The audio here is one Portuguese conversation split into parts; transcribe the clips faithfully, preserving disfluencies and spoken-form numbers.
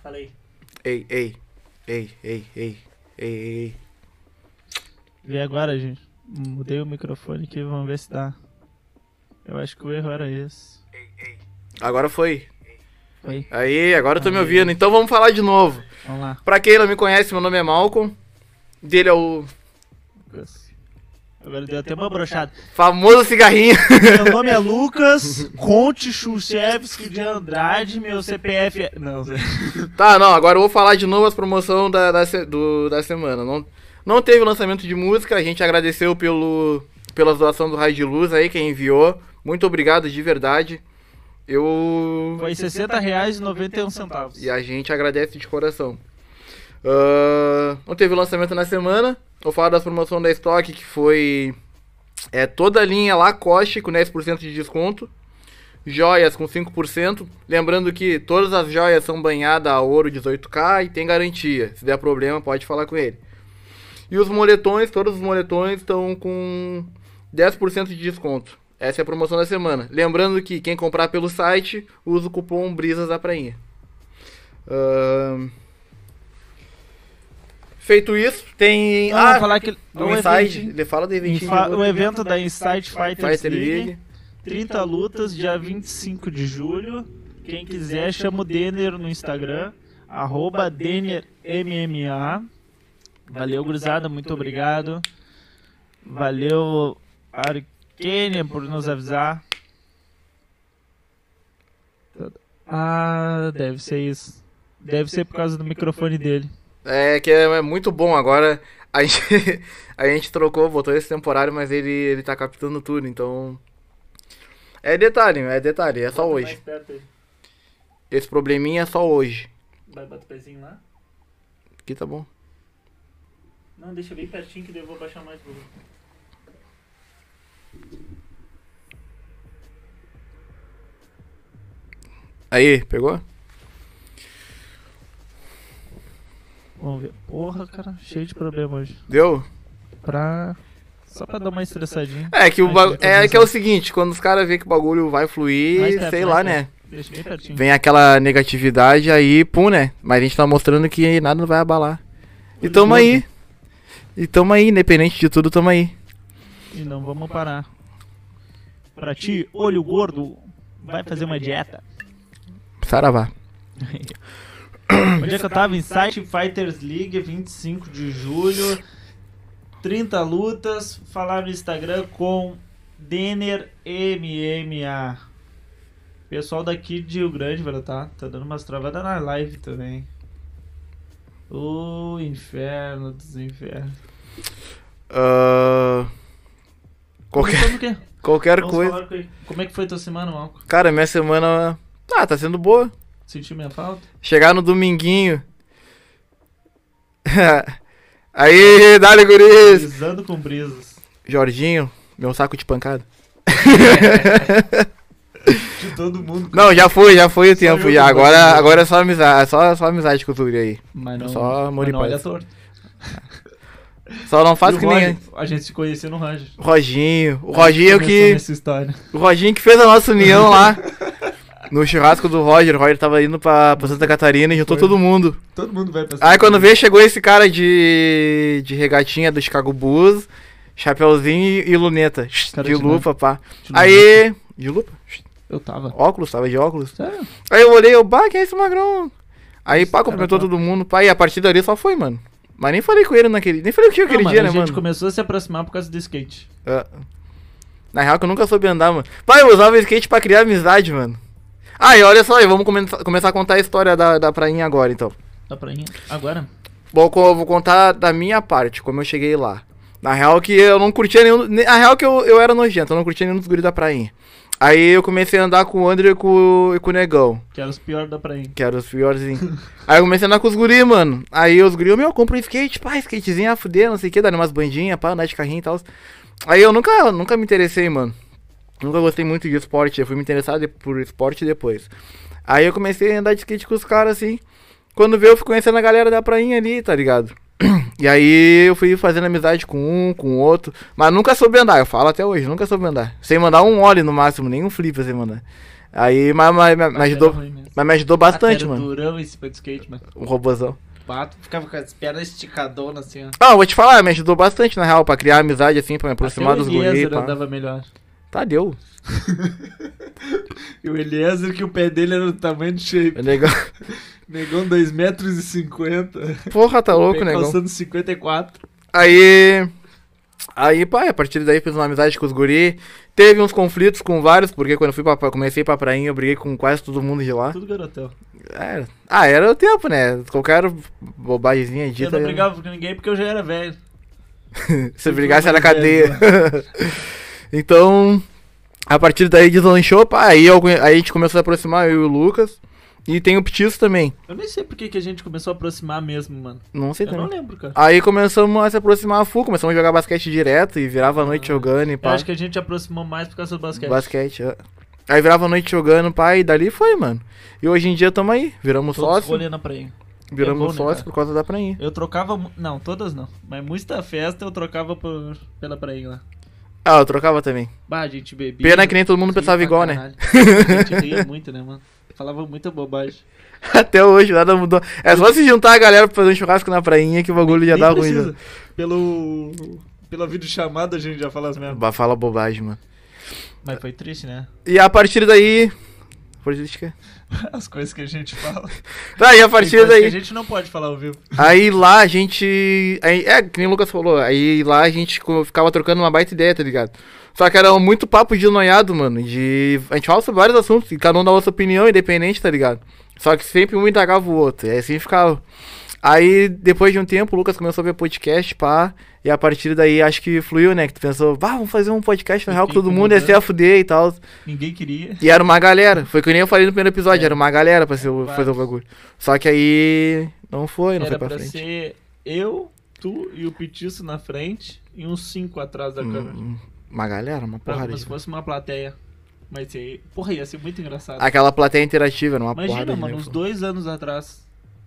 Falei. Ei, ei, ei, ei, ei, ei, ei. Vê agora, gente. Mudei o microfone aqui, vamos ver se dá. Eu acho que o erro era esse. Agora foi. Foi. Aí, agora eu tô Aí. me ouvindo. Então vamos falar de novo. Vamos lá. Pra quem não me conhece, meu nome é Malcolm. Dele é o Agora deu até uma brochada. famoso cigarrinho. Meu nome é Lucas Conte Chuchevski de Andrade, meu C P F é... Não, Zé. Tá, não, agora eu vou falar de novo as promoções da, da, se- do, da semana. Não, não teve lançamento de música, a gente agradeceu pelo, pela doação do Raio de Luz aí, quem enviou. Muito obrigado, de verdade. Eu... Foi sessenta reais e noventa e um centavos. E a gente agradece de coração. Ah, não teve lançamento na semana. Vou falar das promoções da Stock, que foi é, toda a linha Lacoste com dez por cento de desconto. Joias com cinco por cento. Lembrando que todas as joias são banhadas a ouro dezoito K e tem garantia. Se der problema, pode falar com ele. E os moletões, todos os moletões estão com dez por cento de desconto. Essa é a promoção da semana. Lembrando que quem comprar pelo site, usa o cupom Brisas da Prainha. Ahn... Feito isso, tem... Não, vou falar que o o Inside, evento- ele fala do eventinho. Infa- de O evento da Insight Fighters Fighter League, League. trinta lutas, dia vinte e cinco de julho. Quem quiser, chama o Denner no Instagram, arroba DennerMMA. Valeu, gurizada, muito obrigado. Valeu, Arquênia, por nos avisar. Ah, deve ser isso. Deve ser por causa do microfone dele. É, que é, é muito bom agora. A gente, a gente trocou, botou esse temporário, mas ele, ele tá captando tudo, então... É detalhe, é detalhe, é só Bota hoje. mais perto aí. Esse probleminha é só hoje. Vai, bota o pezinho lá. Aqui tá bom. Não, deixa bem pertinho que daí eu vou baixar mais. Vou... Aí, pegou? Vamos ver. Porra, cara, cheio de problema hoje. Deu? Pra... Só pra dar uma estressadinha. É que, o Aí, ba- fica é que é o avisado. seguinte, quando os caras veem que o bagulho vai fluir, Mais perto, sei mais lá, perto. né? Deixa bem pertinho. Vem aquela negatividade aí, pum, né? Mas a gente tá mostrando que nada não vai abalar. E Olho tamo gordo. aí. E tamo aí, independente de tudo, tamo aí. E não vamos parar. Pra ti, olho gordo, vai fazer uma dieta. Saravá. Onde é que eu tava? Insight Fighters League, vinte e cinco de julho. trinta lutas. Falar no Instagram com Denner M M A. Pessoal daqui de Rio Grande, velho, tá? Tá dando umas travadas na live também. O inferno dos infernos. Ah, qualquer, Começando o quê? qualquer Vamos coisa. falar com ele. Como é que foi tua semana, Malco? Cara, minha semana. Ah, tá sendo boa. Sentiu minha falta? Chegar no dominguinho. Aí, dale, guris. Brisando com brisas. Jorginho, meu saco de pancada. De todo mundo. Não, já foi, já foi o Só tempo. eu Já. que Agora, gosto. agora é só amizade. Só, só amizade com o Zuri aí. Mas não, Só amor mas e não olha paz. torto. Só não faz E o que nem Roger? A gente se conheceu no Roger. o Roginho. O Roginho é o Começou que. nessa história. O Roginho que fez a nossa união lá. No churrasco do Roger. O Roger tava indo pra, pra Santa Catarina e juntou Foi. todo mundo. Todo mundo vai pra Aí quando veio, chegou esse cara de, de regatinha do Chicago Bulls, chapeuzinho e luneta. Cara de de lupa, pá. De Aí. De lupa? Eu tava. Óculos, tava de óculos. Sério? Aí eu olhei, eu, bah, quem é esse magrão? Aí, pá, cara cumprimentou tá- todo mundo, pá, e a partir dali só foi, mano. Mas nem falei com ele naquele. Nem falei contigo Não, aquele mano, dia, a né, gente mano? começou a se aproximar por causa do skate. Ah. Na real que eu nunca soube andar, mano. Pai, eu usava skate pra criar amizade, mano. Ah, e olha só aí, vamos come- começar a contar a história da, da prainha agora, então. Dá pra ir? Agora? Bom, co- eu vou contar da minha parte, como eu cheguei lá. Na real que eu não curtia nenhum... ne- Na real que eu, eu era nojento, eu não curtia nenhum dos guris da prainha. Aí eu comecei a andar com o André e com, e com o Negão, Que era os piores da praia. que eram os piorzinhos. Aí eu comecei a andar com os guris, mano. Aí os guris, meu, compra um skate, pá, skatezinho a fuder, não sei o que, dando umas bandinhas, pá, andar de carrinho e tal. Aí eu nunca, nunca me interessei, mano. Nunca gostei muito de esporte, eu fui me interessar de- por esporte depois. Aí eu comecei a andar de skate com os caras, assim. Quando veio, eu fui conhecendo a galera da prainha ali, tá ligado? E aí eu fui fazendo amizade com um, com o outro. Mas nunca soube andar, eu falo até hoje, nunca soube andar. Sem mandar um ollie no máximo, nem um flip sem mandar. Aí, mas, mas, mas, me Mas ajudou, era ruim mesmo. mas me ajudou bastante, Até era mano. durão esse pé de skate, mano. O robôzão. Pato ficava com as pernas esticadonas assim, ó. Ah, eu vou te falar, me ajudou bastante, na real, pra criar amizade, assim, pra me aproximar Até o dos guris. Eliezer pá. andava melhor. Tá, deu. E o Eliezer, que o pé dele era do tamanho de shape. É legal. Negão dois metros e cinquenta. Porra, tá louco, negão. Calçando cinquenta e quatro. Aí. Aí, pá, a partir daí fiz uma amizade com os guri. Teve uns conflitos com vários, porque quando eu fui pra, comecei pra prainha, eu briguei com quase todo mundo de lá. Tudo garotão. É. Ah, era o tempo, né? Qualquer bobagemzinha Eu dita. não brigava com ninguém porque eu já era velho. Se brigasse era mais cadeia. velho, Então, a partir daí deslanchou, pá, aí, eu, aí a gente começou a aproximar, eu e o Lucas. E tem o Petiço também. Eu nem sei por que que a gente começou a aproximar mesmo, mano. Não sei Eu também. não lembro, cara. Aí começamos a se aproximar a full, começamos a jogar basquete direto e virava a noite jogando e Eu pá. acho que a gente aproximou mais por causa do basquete. Basquete, é. Aí virava a noite jogando, pá, e dali foi, mano. E hoje em dia tamo aí, viramos Todos sócio, rolê na praia. viramos É bom, né, sócio cara? por causa da prainha. Eu trocava... mu- Não, todas não. Mas muita festa eu trocava por... pela praia lá. Ah, eu trocava também. Bah, a gente bebia. Pena que nem todo mundo ria pensava pra igual, né? caralho. A gente ria muito, né, mano? Falava muita bobagem. Até hoje, nada mudou. É só se juntar a galera pra fazer um churrasco na prainha que o bagulho já Nem dá ruim. precisa. Né? Pelo... Pela videochamada a gente já fala as merdas. Bah, fala bobagem, mano. Mas foi triste, né? E a partir daí... Política. As coisas que a gente fala. Tá, e a Tem partir coisas que daí... a gente não pode falar ao vivo. Aí lá a gente... Aí, é, que nem o Lucas falou. Aí lá a gente co- ficava trocando uma baita ideia, tá ligado? Só que era muito papo de noiado, mano. De... A gente fala sobre vários assuntos e cada um dá a sua opinião, independente, tá ligado? Só que sempre um indagava o outro. E aí assim ficava. Aí, depois de um tempo, o Lucas começou a ver podcast, pá. E a partir daí, acho que fluiu, né? Que tu pensou, bah, vamos fazer um podcast na real com todo mundo, ia ser a fuder e tal. Ninguém queria. E era uma galera. Foi que nem eu falei no primeiro episódio, era uma galera pra ser, o- fazer o bagulho. Só que aí, não foi, não Era foi pra pra frente. ser eu, tu e o Petiço na frente e uns cinco atrás da câmera. Hum, uma galera, uma Pra, porrada como de... se fosse uma plateia. Mas aí, porra, ia ser muito engraçado. Aquela plateia interativa, era uma Imagina, porrada de mano, nego. uns dois anos atrás.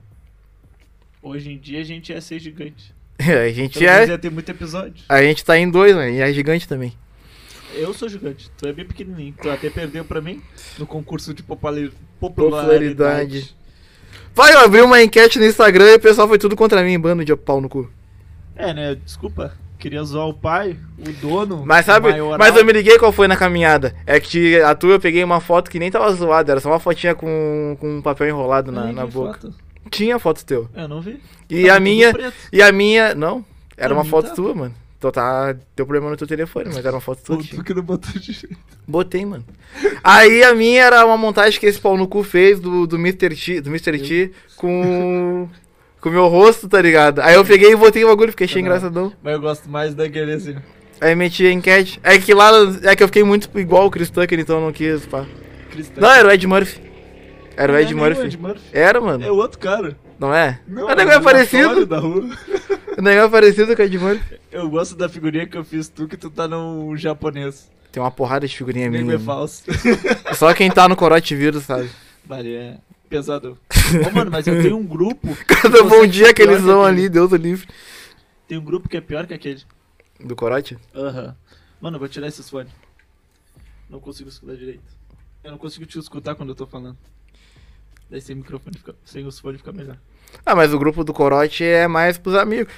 Hoje em dia a gente ia ser gigante. A gente Pelo menos é... ia ter muito episódio. A gente tá em dois, né? E é gigante também. Eu sou gigante, tu é bem pequenininho. Tu até perdeu pra mim no concurso de populari- Popularidade. popularidade. Vai, eu abri uma enquete no Instagram e o pessoal foi tudo contra mim, bando de pau no cu. É, né? Desculpa. Queria zoar o pai, o dono. Mas sabe, o maioral. mas eu me liguei qual foi na caminhada. É que a tua eu peguei uma foto que nem tava zoada, era só uma fotinha com, com um papel enrolado na, Ai, na que boca. foto. Tinha foto teu. Eu não vi. E Tava a tudo minha, preto. e a minha, não, era Pra uma mim foto tá. tua, mano. Então tá, deu problema no teu telefone, mas era uma foto tua. Pô, que tu tinha. que não botou direito. Botei, mano. Aí a minha era uma montagem que esse pau no cu fez do, do mister T, do mister T com com o meu rosto, tá ligado? Aí eu peguei e botei o bagulho, fiquei achei Tá. engraçadão. Mas eu gosto mais daquele assim. Aí meti a enquete. É que lá, é que eu fiquei muito igual o Chris Tucker, então eu não quis, pá. Cristão. Não, era o Ed Murphy. Era o Não é Ed nem Murphy. o Ed Murphy. Era, mano. É o outro cara. Não é? Não, o negócio é o parecido. aleatório da rua. O negócio é parecido com o Ed Murphy. Eu gosto da figurinha que eu fiz tu, que tu tá no japonês. Tem uma porrada de figurinha Nem minha. é falso. Só quem tá no corote vírus, sabe? Vale, é pesado. Ô, mano, mas eu tenho um grupo. Cada você bom dia que pior eles que vão aquele. ali, Deus o livre. Tem um grupo que é pior que aquele. Do corote? Aham. Mano, eu vou tirar esses fones. Não consigo escutar direito. Eu não consigo te escutar quando eu tô falando. Daí sem microfone fica. Sem os fones fica melhor. Ah, mas o grupo do corote é mais pros amigos.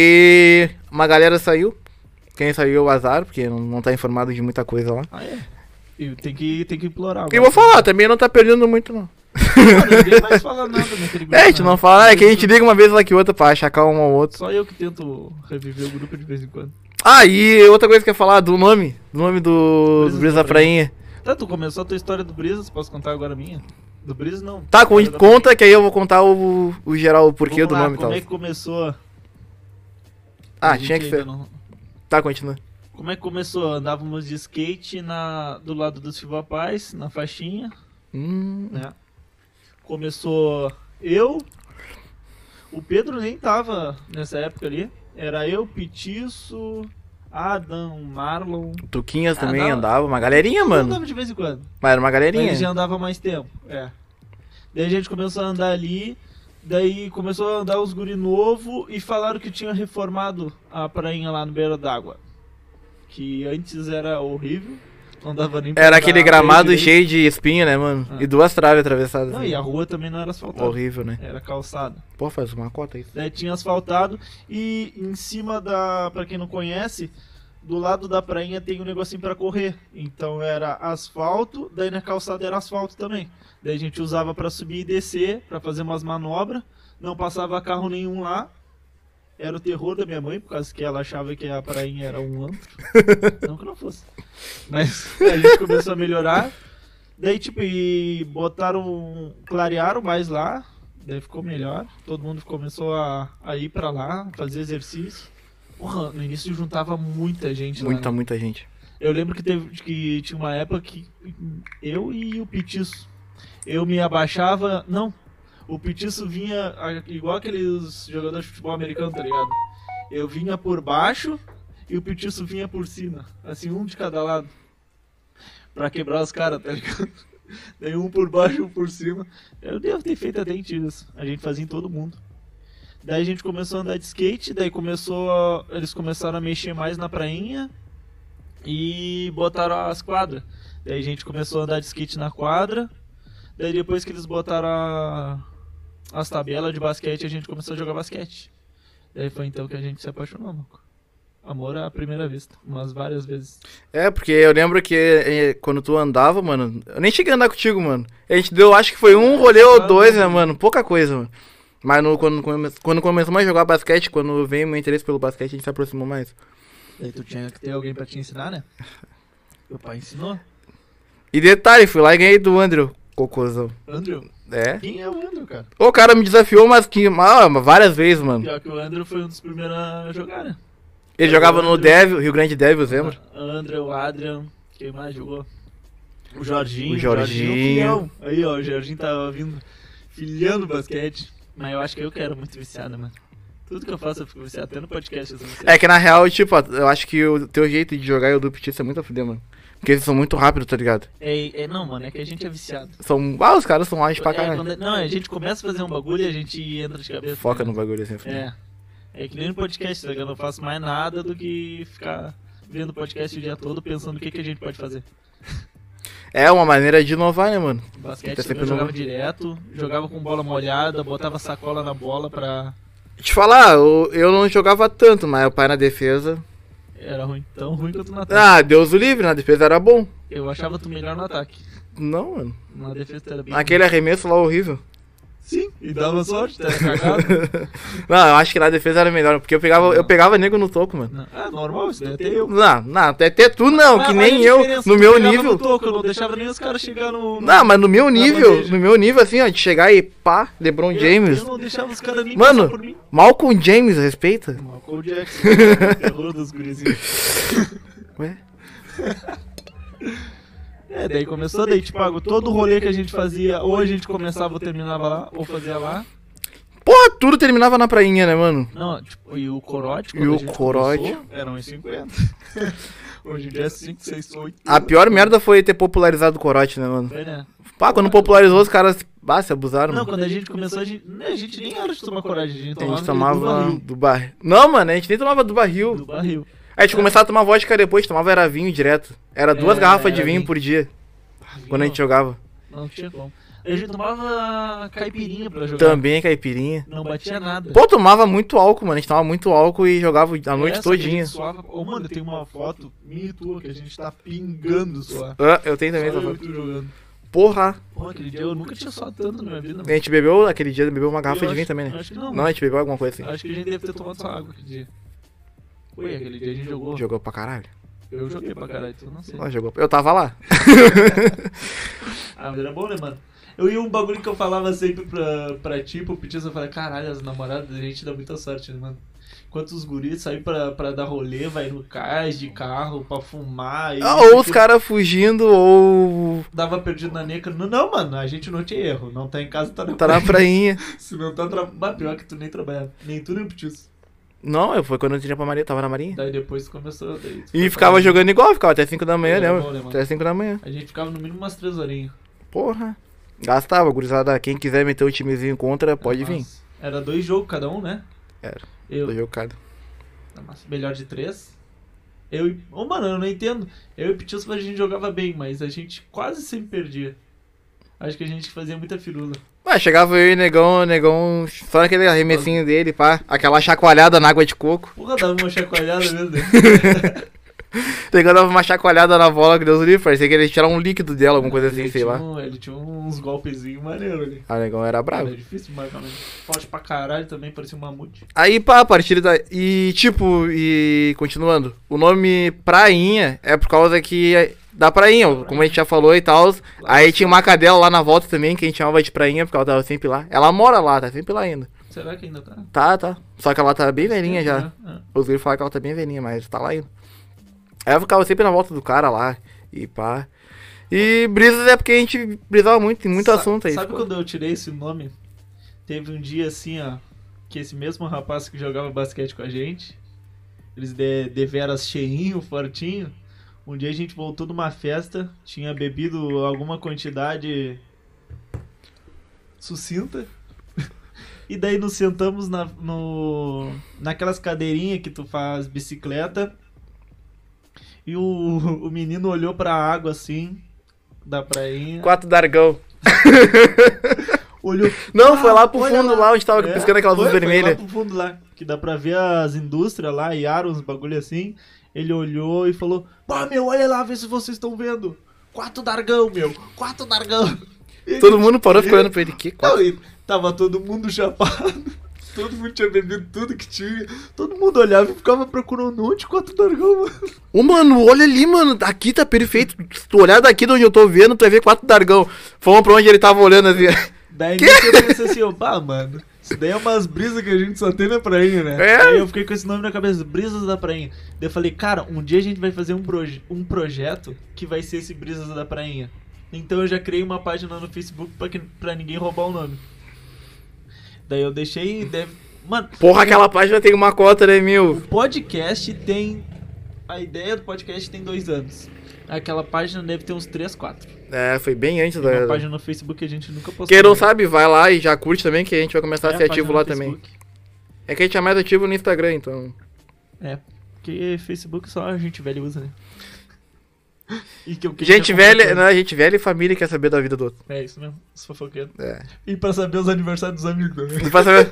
Aí uma galera saiu. Quem saiu é o azar, porque não, não tá informado de muita coisa lá. Ah, é? E tem que, tem que implorar. E vou falar, também não tá perdendo muito, não. Mano, ninguém mais fala nada naquele grupo. É, a gente né? não fala, é que a gente liga uma vez lá que outra pra achacar um ao outro. Só eu que tento reviver o grupo de vez em quando. Ah, e outra coisa que eu ia falar, do nome. Do nome do, Brisas do Brisa da da Prainha. Tá, tu começou a tua história do Brisas, posso contar agora a minha? Do Brisas não. Tá, con- História da conta que aí eu vou contar o, o geral, o porquê Vamos do lá, nome e tal. Como é que começou? Ah, A gente tinha que ainda ser. não- Tá, continua. Como é que começou? Andávamos de skate na... do lado do Silva Paz, na faixinha, Hum, né? Começou eu, o Pedro nem tava nessa época ali, era eu, Petiço, Adam, Marlon. Tuquinhas Ah, também não. andava, uma galerinha, Eu mano. andava de vez em quando. Mas era uma Mas galerinha. ele já andava mais tempo, é. Daí a gente começou a andar ali, daí começou a andar os guri novo e falaram que tinha reformado a prainha lá no beira d'água. Que antes era horrível. Não dava nem pra Era andar aquele a pé gramado direito. cheio de espinho, né, mano? Ah. E duas traves atravessadas. Não, assim. e a rua também não era asfaltada. Horrível, né? Era calçada. Pô, faz uma cota isso. Daí tinha asfaltado e em cima da, pra quem não conhece, do lado da prainha tem um negocinho pra correr. Então era asfalto, daí na calçada era asfalto também. Daí a gente usava pra subir e descer, pra fazer umas manobras. Não passava carro nenhum lá. Era o terror da minha mãe, por causa que ela achava que a prainha era um antro. Não que não fosse. Mas a gente começou a melhorar. Daí, tipo, e botaram, clarearam mais lá. Daí ficou melhor. Todo mundo começou a, a ir pra lá, fazer exercício. Porra, no início juntava muita gente lá. Muita, né? muita gente. Eu lembro que, teve, que tinha uma época que eu e o Petiço, eu me abaixava... Não, o Petiço vinha a- igual aqueles jogadores de futebol americano, tá ligado? Eu vinha por baixo e o Petiço vinha por cima. Assim, um de cada lado. Pra quebrar os caras, tá ligado? Daí um por baixo e um por cima. Eu devo ter feito até isso. A gente fazia em todo mundo. Daí a gente começou a andar de skate, daí começou a- eles começaram a mexer mais na prainha e botaram as quadras. Daí a gente começou a andar de skate na quadra. Daí depois que eles botaram a- as tabelas de basquete, a gente começou a jogar basquete. Daí foi então que a gente se apaixonou, louco. Amor à primeira vista, umas várias vezes. É, porque eu lembro que eh, quando tu andava, mano, eu nem cheguei a andar contigo, mano. A gente deu, acho que foi um rolê ou dois, né, mano? Pouca coisa, mano. Mas no, quando, come- quando começamos a jogar basquete, quando veio meu interesse pelo basquete, a gente se aproximou mais. Daí tu tinha que ter alguém pra te ensinar, né? Meu pai ensinou. E detalhe, fui lá e ganhei do Andrew, cocôzão. Andrew. É? Quem é o Andrew, cara? O cara me desafiou, mas que, ah, várias vezes, mano. Pior que o Andrew foi um dos primeiros a jogar, né? Ele jogava no Devil, Rio Grande Devils, lembra? Andrew, o Adrian, quem mais jogou? O Jorginho. O Jorginho. filhão. Aí, ó, o Jorginho tava vindo filhando basquete. Mas eu acho que eu quero muito viciado, mano. Tudo que eu faço eu fico viciado, até no podcast eu sou viciado. É que na real, tipo, eu acho que o teu jeito de jogar e o do Petiço é muito a fuder, mano. Porque eles são muito rápidos, tá ligado? É, é, não, mano, é que a gente é viciado. São. Ah, os caras são ágeis pra É, caralho. quando- não, a gente começa a fazer um bagulho e a gente entra de cabeça. Foca né? no bagulho assim. É. É que nem no podcast, tá ligado? Eu não faço mais nada do que ficar vendo podcast o dia todo pensando o que, que a gente pode fazer. É uma maneira de inovar, né, mano? Basquete Tá sempre eu jogava novo. direto, jogava com bola molhada, botava sacola na bola pra. Te falar, eu, eu não jogava tanto, mas o pai na defesa. Era ruim, tão ruim quanto no ataque. Ah, Deus o livre, na defesa era bom. Eu achava tu melhor no ataque. Não, mano. Na defesa tu era bem. Aquele arremesso lá horrível. Sim, e dava sorte, tu era cagado. Não, eu acho que na defesa era melhor, porque eu pegava, eu pegava nego no toco, mano. Não, ah, normal, isso daí até eu. Não, não, até, até tu não, Mas- que mas nem a eu, diferença, no tu meu pegava nível. No toco, eu não deixava nem os caras chegar no. no- Não, mas no meu na nível, bandeja. no meu nível assim, ó, de chegar e pá, LeBron Eu- James. Eu não deixava os caras nem Mano, passar por mim. Malcolm James, respeita? Michael Jackson, terror dos gurizinhos. Ué? É, daí começou, daí tipo, ah, todo o rolê que a gente fazia, ou a gente começava ou terminava lá, ou fazia lá. Porra, tudo terminava na prainha, né, mano? Não, tipo, e o corote, E quando o a gente corote. começou, era uns cinquenta. Hoje em dia é cinco, seis, oito. A pior merda foi ter popularizado o corote, né, mano? Foi, né? Pá, quando popularizou, os caras, ah, se abusaram, Não, mano. quando a gente começou, a gente, né, a gente nem era de tomar coragem, a gente A tomava, gente do tomava barril. do barril. Não, mano, a gente nem tomava do barril. Do barril. A gente começava a tomar vodka depois, tomava era vinho direto. Era duas É, garrafas de era vinho vinho. por dia, quando a gente Não, jogava. não tinha como. A gente tomava caipirinha pra jogar. Também caipirinha. Não batia nada. Pô, tomava muito álcool, mano. A gente tomava muito álcool e jogava a noite Essa que a todinha. gente suava- Ô, mano, tem uma foto minha e tua que a gente tá pingando suar. Ah, eu tenho também Só essa eu e foto. tu jogando. Porra, Pô, aquele dia eu nunca tinha suado tanto na minha vida. a gente bebeu, aquele dia bebeu uma garrafa Eu de vinho acho- também, né? Acho que não. Não, a gente bebeu alguma coisa assim. Acho que a gente deve ter tomado só água aquele dia. Ué, aquele dia a gente jogou. Jogou pra caralho. Eu joguei pra caralho, tu não sei. Não, jogou. Eu tava lá. Ah, mas era bom, né, mano? Eu ia um bagulho que eu falava sempre pra, pra ti, pro Petiço, eu falei, caralho, as namoradas da gente dá muita sorte, né, mano? Enquanto os guris saem pra, pra dar rolê, vai no cais de carro, pra fumar. E Ah, ou os caras fugindo, ou Dava perdido na neca. Não, não, mano, a gente não tinha erro. Não tá em casa, tá na tá na prainha. Se não tá trabalhando, pior que tu nem trabalhava. Nem tu nem o Petiço. Não, eu foi quando eu tinha pra Maria, tava na Marinha. Daí depois começou. Daí tu E foi ficava pra- jogando igual, ficava até cinco da manhã, Era né? bom, né, mano? Até cinco da manhã. A gente ficava no mínimo umas três horinhas. Porra. Gastava, gurizada. Quem quiser meter o timezinho contra, pode vir. Nossa. Era dois jogos cada um, né? Era. Eu. Do jogo cada. Nossa, melhor de três. Eu e... Ô, mano, eu não entendo. Eu e o Pitilson a gente jogava bem, mas a gente quase sempre perdia. Acho que a gente fazia muita firula. Ué, chegava eu e o Negão, o Negão, só naquele arremessinho dele, pá. Aquela chacoalhada na água de coco. Porra, dava uma chacoalhada mesmo. Né? O Negão dava uma chacoalhada na bola, que Deus o livre, parecia que ele ia tirar um líquido dela, alguma coisa assim, Ele sei tinha lá. um- ele tinha uns golpezinhos maneiros ali. Ah, o Negão era bravo. Era difícil marcar, mas forte pra caralho também, parecia um mamute. Aí, pá, a partir da... E, tipo, e... Continuando. O nome Prainha é por causa que... Da Prainha, como a gente já falou e tal. Aí tinha uma cadela lá na volta também, que a gente chamava de Prainha, porque ela tava sempre lá. Ela mora lá, tá sempre lá ainda. Será que ainda tá? Tá, tá. Só que ela tá bem velhinha já. É. Os livros falam que ela tá bem velhinha, mas tá lá ainda. Aí eu ficava sempre na volta do cara lá. E pá. E brisas é porque a gente brisava muito, tem muito Sa- assunto aí. Sabe ficou- quando eu tirei esse nome? Teve um dia assim, ó, que esse mesmo rapaz que jogava basquete com a gente, eles de, deveras cheinho, fortinho. Um dia a gente voltou de uma festa, tinha bebido alguma quantidade sucinta. E daí nos sentamos na, no, naquelas cadeirinhas que tu faz bicicleta. E o, o menino olhou pra água assim, da prainha. Quatro Dargão. Olhou. Não, "Ah, foi lá pro olha fundo lá, onde tava piscando aquela luz foi, foi vermelha. lá pro fundo lá, que dá pra ver as indústrias lá, Yara, uns bagulho assim. Ele olhou e falou: Pá, meu, olha lá, vê se vocês estão vendo. Quatro Dargão, meu, quatro Dargão. E Todo ele- mundo parou ficando olhando pra ele. Que quatro? Não, e tava todo mundo chapado. Todo mundo tinha bebido tudo que tinha. Todo mundo olhava e ficava procurando onde quatro Dargão, mano. Ô, mano, olha ali, mano. Aqui tá perfeito. Se tu olhar daqui de onde eu tô vendo, tu vai ver quatro Dargão. Fomos pra onde ele tava olhando assim. Daí nisso eu pensei assim, ó, pá, mano, isso daí é umas brisas que a gente só tem na prainha, né? É. Aí eu fiquei com esse nome na cabeça, Brisas da Prainha. Daí eu falei, cara, um dia a gente vai fazer um, proje um projeto que vai ser esse Brisas da Prainha. Então eu já criei uma página no Facebook pra, que, pra ninguém roubar o nome. Daí eu deixei, deve... Mano, Porra, aquela página tem uma cota, né, o meu? podcast tem... A ideia do podcast tem dois anos. Aquela página deve ter uns três, quatro. É, foi bem antes Tem uma da... página no Facebook que a gente nunca postou. Quem não né? sabe, vai lá e já curte também, que a gente vai começar É, a ser a ativo página lá no também. Facebook. É que a gente é mais ativo no Instagram, então... É, porque Facebook só a gente velha usa, né? E que, o que Gente é velha, complicado. né, gente velha e família quer saber da vida do outro. É isso mesmo, os fofoqueiros. É. E pra saber os aniversários dos amigos também. E pra saber...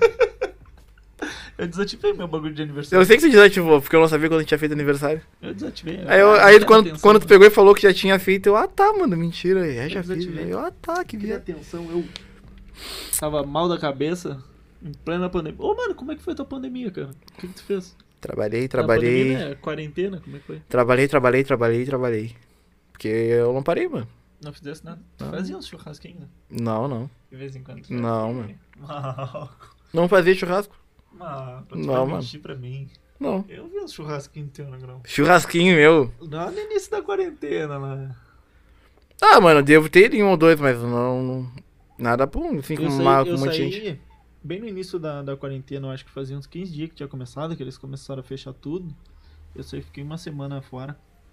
Eu desativei meu bagulho de aniversário. Eu sei que você desativou, porque eu não sabia quando a gente tinha feito aniversário. Eu desativei. Aí, eu, Ah, aí queria quando, atenção, quando tu né? pegou e falou que já tinha feito, eu, ah tá, mano, mentira, é, já Eu fiz. desativei. Aí eu, ah tá, que Queria viado. atenção, eu tava mal da cabeça, em plena pandemia. Ô, mano, como é que foi a tua pandemia, cara? O que, que tu fez? Trabalhei, Na trabalhei, pandemia, né? Quarentena, como é que foi? trabalhei, trabalhei, trabalhei, trabalhei. Porque eu não parei, mano. Não fizesse nada? Tu Não. fazia uns churrasquinhos, né? Não, não. De vez em quando. Não, mano. Mal, Não fazia churrasco? mal, tu Não, vai mano. mentir pra mim. Não. Eu vi uns churrasquinhos teu no grão. Churrasquinho meu. Lá no início da quarentena, lá. Ah, mano, devo ter um ou dois, mas não. não nada pum, assim, com Eu, uma, saí, com eu um monte de saí gente. bem no início da, da quarentena, eu acho que fazia uns quinze dias que tinha começado, que eles começaram a fechar tudo. Eu saí, fiquei uma semana fora.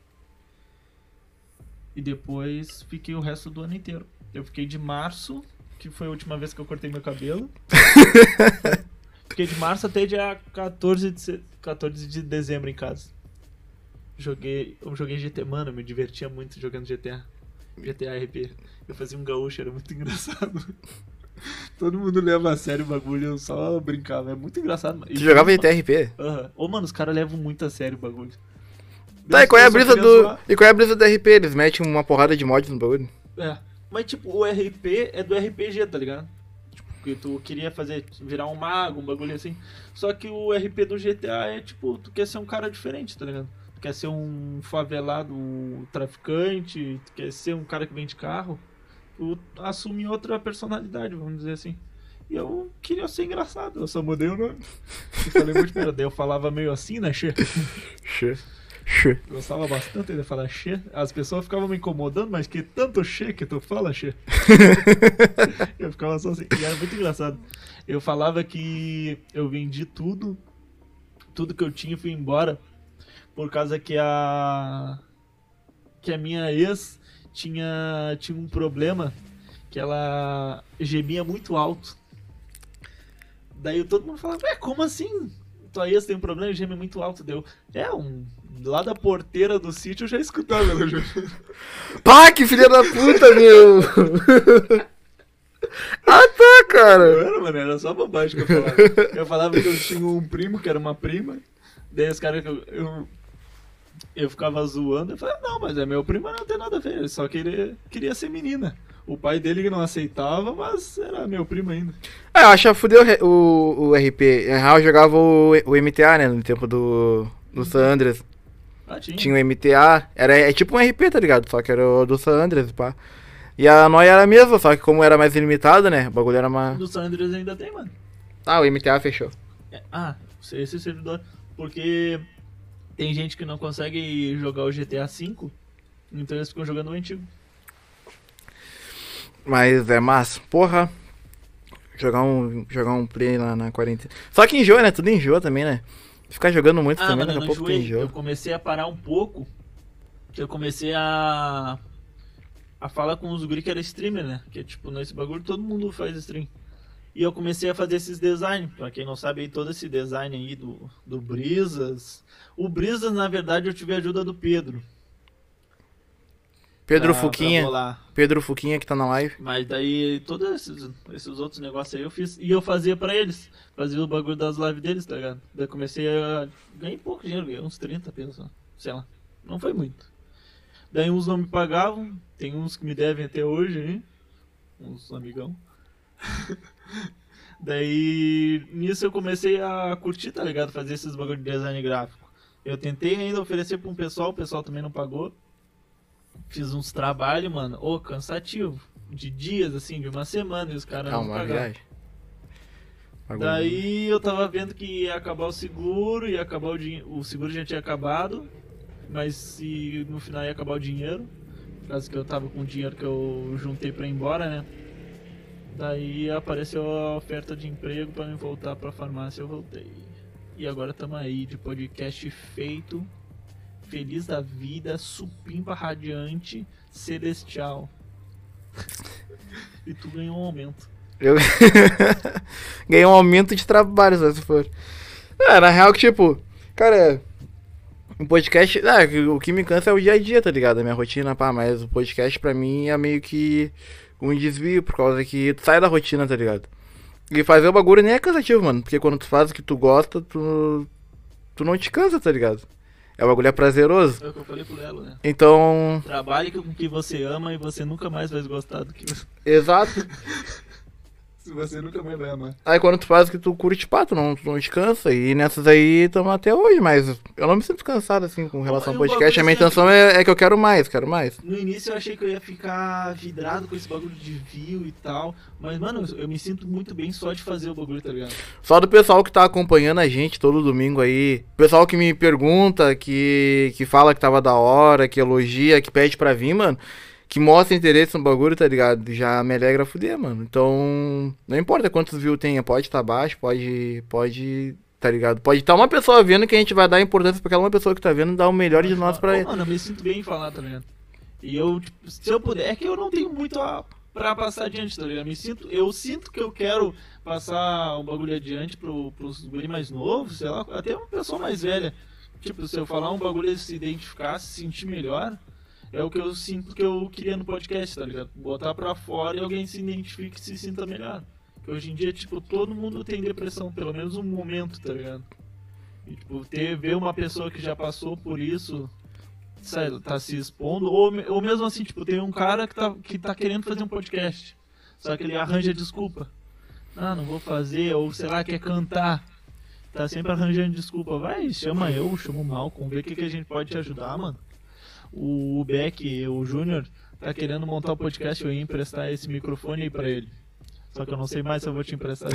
E depois fiquei o resto do ano inteiro. Eu fiquei de março, que foi a última vez que eu cortei meu cabelo. Fiquei de março até dia quatorze de, se- quatorze de dezembro em casa. Joguei, eu joguei G T, mano, eu me divertia muito jogando G T A. G T A R P. Eu fazia um gaúcho, era muito engraçado. Todo mundo leva a sério o bagulho, eu só brincava. É muito engraçado, mano. Tu jogava G T R P? Aham. Ô, mano, os caras levam muito a sério o bagulho. Tá, e qual é a Eu só brisa queria do. zoar. E qual é a brisa do R P? Eles metem uma porrada de mods no bagulho. É. Mas, tipo, o R P é do R P G, tá ligado? Tipo, que tu queria fazer, virar um mago, um bagulho assim. Só que o R P do G T A é, tipo, tu quer ser um cara diferente, tá ligado? Tu quer ser um favelado traficante, tu quer ser um cara que vende carro. Tu assume outra personalidade, vamos dizer assim. E eu queria ser engraçado, eu só mudei o nome. E falei muito primeiro, daí eu falava meio assim, né, che? Xê. Xê. Gostava bastante de falar che. As pessoas ficavam me incomodando, mas que tanto che que tu fala, che? Eu ficava só assim, e era muito engraçado. Eu falava que eu vendi tudo, tudo que eu tinha e fui embora, por causa que a que a minha ex tinha, tinha um problema, que ela gemia muito alto. Daí todo mundo falava, ué, como assim? Tua ex tem um problema e geme muito alto. Deu, é, um, lá da porteira do sítio eu já escutava ela, Júnior. Pá, que filha da puta, meu! Ah, tá, cara! Não era, mano, era só bobagem que eu falava. Eu falava que eu tinha um primo, que era uma prima, daí os caras que eu, eu, eu ficava zoando, eu falei, não, mas é meu primo, não tem nada a ver, ele só queria, queria ser menina. O pai dele que não aceitava, mas era meu primo ainda. Ah, eu acho que fudeu o, o, o R P. Na real, eu jogava o, o M T A, né, no tempo do, do San Andreas. Ah, tinha. Tinha o M T A, era, é tipo um R P, tá ligado? Só que era o do San Andreas, pá. E a noia era a mesma, só que como era mais ilimitado, né, o bagulho era uma... Do San Andreas ainda tem, mano. Ah, o M T A fechou. É, ah, esse servidor. Porque tem gente que não consegue jogar o G T A cinco, então eles ficam jogando o antigo. Mas é massa. Porra. Jogar um, jogar um play lá na quarentena. Só que enjoa, né? Tudo enjoa também, né? Ficar jogando muito Ah, também, mano, eu daqui a não pouco tu enjoei. enjoa. Eu comecei a parar um pouco. Que eu comecei a. A falar com os guri que era streamer, né? Que tipo, nesse bagulho todo mundo faz stream. E eu comecei a fazer esses designs. Pra quem não sabe aí, todo esse design aí do, do Brisas. O Brisas, na verdade, eu tive a ajuda do Pedro. Pedro pra- Fuquinha. pra bolar. Pedro Fuquinha que tá na live. Mas daí, todos esses, esses outros negócios aí eu fiz. E eu fazia pra eles. Fazia o bagulho das lives deles, tá ligado? Daí eu comecei a. Ganhei pouco dinheiro, ganhei uns trinta pesos, sei lá. Não foi muito. Daí uns não me pagavam. Tem uns que me devem até hoje, hein? Uns amigão. Daí, nisso eu comecei a curtir, tá ligado? Fazer esses bagulho de design gráfico. Eu tentei ainda oferecer pra um pessoal, o pessoal também não pagou. Fiz uns trabalhos, mano, ô, cansativo. De dias, assim, de uma semana, e os caras Ah, não uma pagaram. viagem. Bagulho. Daí eu tava vendo que ia acabar o seguro, ia acabar o dinheiro. O seguro já tinha acabado, mas se no final ia acabar o dinheiro. Por causa que eu tava com o dinheiro que eu juntei pra ir embora, né? Daí apareceu a oferta de emprego pra me voltar pra farmácia, eu voltei. E agora tamo aí de podcast feito. Feliz da vida, supimpa radiante, celestial. E tu ganhou um aumento. Eu ganhei um aumento de trabalho, só se for. É, na real que tipo, cara, um podcast, ah, o que me cansa é o dia a dia, tá ligado? A minha rotina, pá, mas o podcast pra mim é meio que um desvio, por causa que tu sai da rotina, tá ligado? E fazer o bagulho nem é cansativo, mano, porque quando tu faz o que tu gosta, tu, tu não te cansa, tá ligado? É o bagulho é prazeroso. É o que eu falei pro Lelo, né? Então, Trabalhe com o que você ama e você nunca mais vai gostar do que você... exato. Se você nunca mais vai amar. Aí quando tu faz o que tu curte, pá, tu não, tu não descansa. E nessas aí estamos até hoje, mas eu não me sinto cansado assim com relação ao Eu podcast. A minha bagulho intenção é, é que eu quero mais, quero mais. No início eu achei que eu ia ficar vidrado com esse bagulho de view e tal. Mas, mano, eu- eu me sinto muito bem só de fazer o bagulho, tá ligado? Só do pessoal que tá acompanhando a gente todo domingo aí. Pessoal que me pergunta, que, que fala que tava da hora, que elogia, que pede pra vir, mano. Que mostra interesse no bagulho, tá ligado? Já me alegra fuder, mano. Então, não importa quantos views tenha, pode estar baixo, pode, pode, tá ligado? Pode estar uma pessoa vendo que a gente vai dar importância pra aquela uma pessoa que tá vendo, dar o melhor de nós pra Ô, ele. Mano, eu me sinto bem em falar, tá ligado? E eu, tipo, se eu puder, é que eu não tenho muito a, pra passar adiante, tá ligado? Eu, me sinto, eu sinto que eu quero passar um bagulho adiante pro, pros guri mais novos, sei lá, até uma pessoa mais velha. Tipo, se eu falar um bagulho e se identificar, se sentir melhor, é o que eu sinto que eu queria no podcast, tá ligado? Botar pra fora e alguém se identifique e se sinta melhor. Que hoje em dia, tipo, todo mundo tem depressão, pelo menos um momento, tá ligado? E, tipo, ter, ver uma pessoa que já passou por isso, sabe, tá se expondo, ou, me- ou mesmo assim, tipo, tem um cara que tá, que tá querendo fazer um podcast, só que ele arranja desculpa. Ah, não vou fazer, ou sei lá, quer cantar. Tá sempre arranjando desculpa. Vai, chama eu, chama o Malcolm, vê o que, que a gente pode te ajudar, mano. O Beck, o Júnior, tá querendo montar o podcast, eu ia emprestar esse microfone aí pra ele. Só que eu não sei mais se eu vou te emprestar.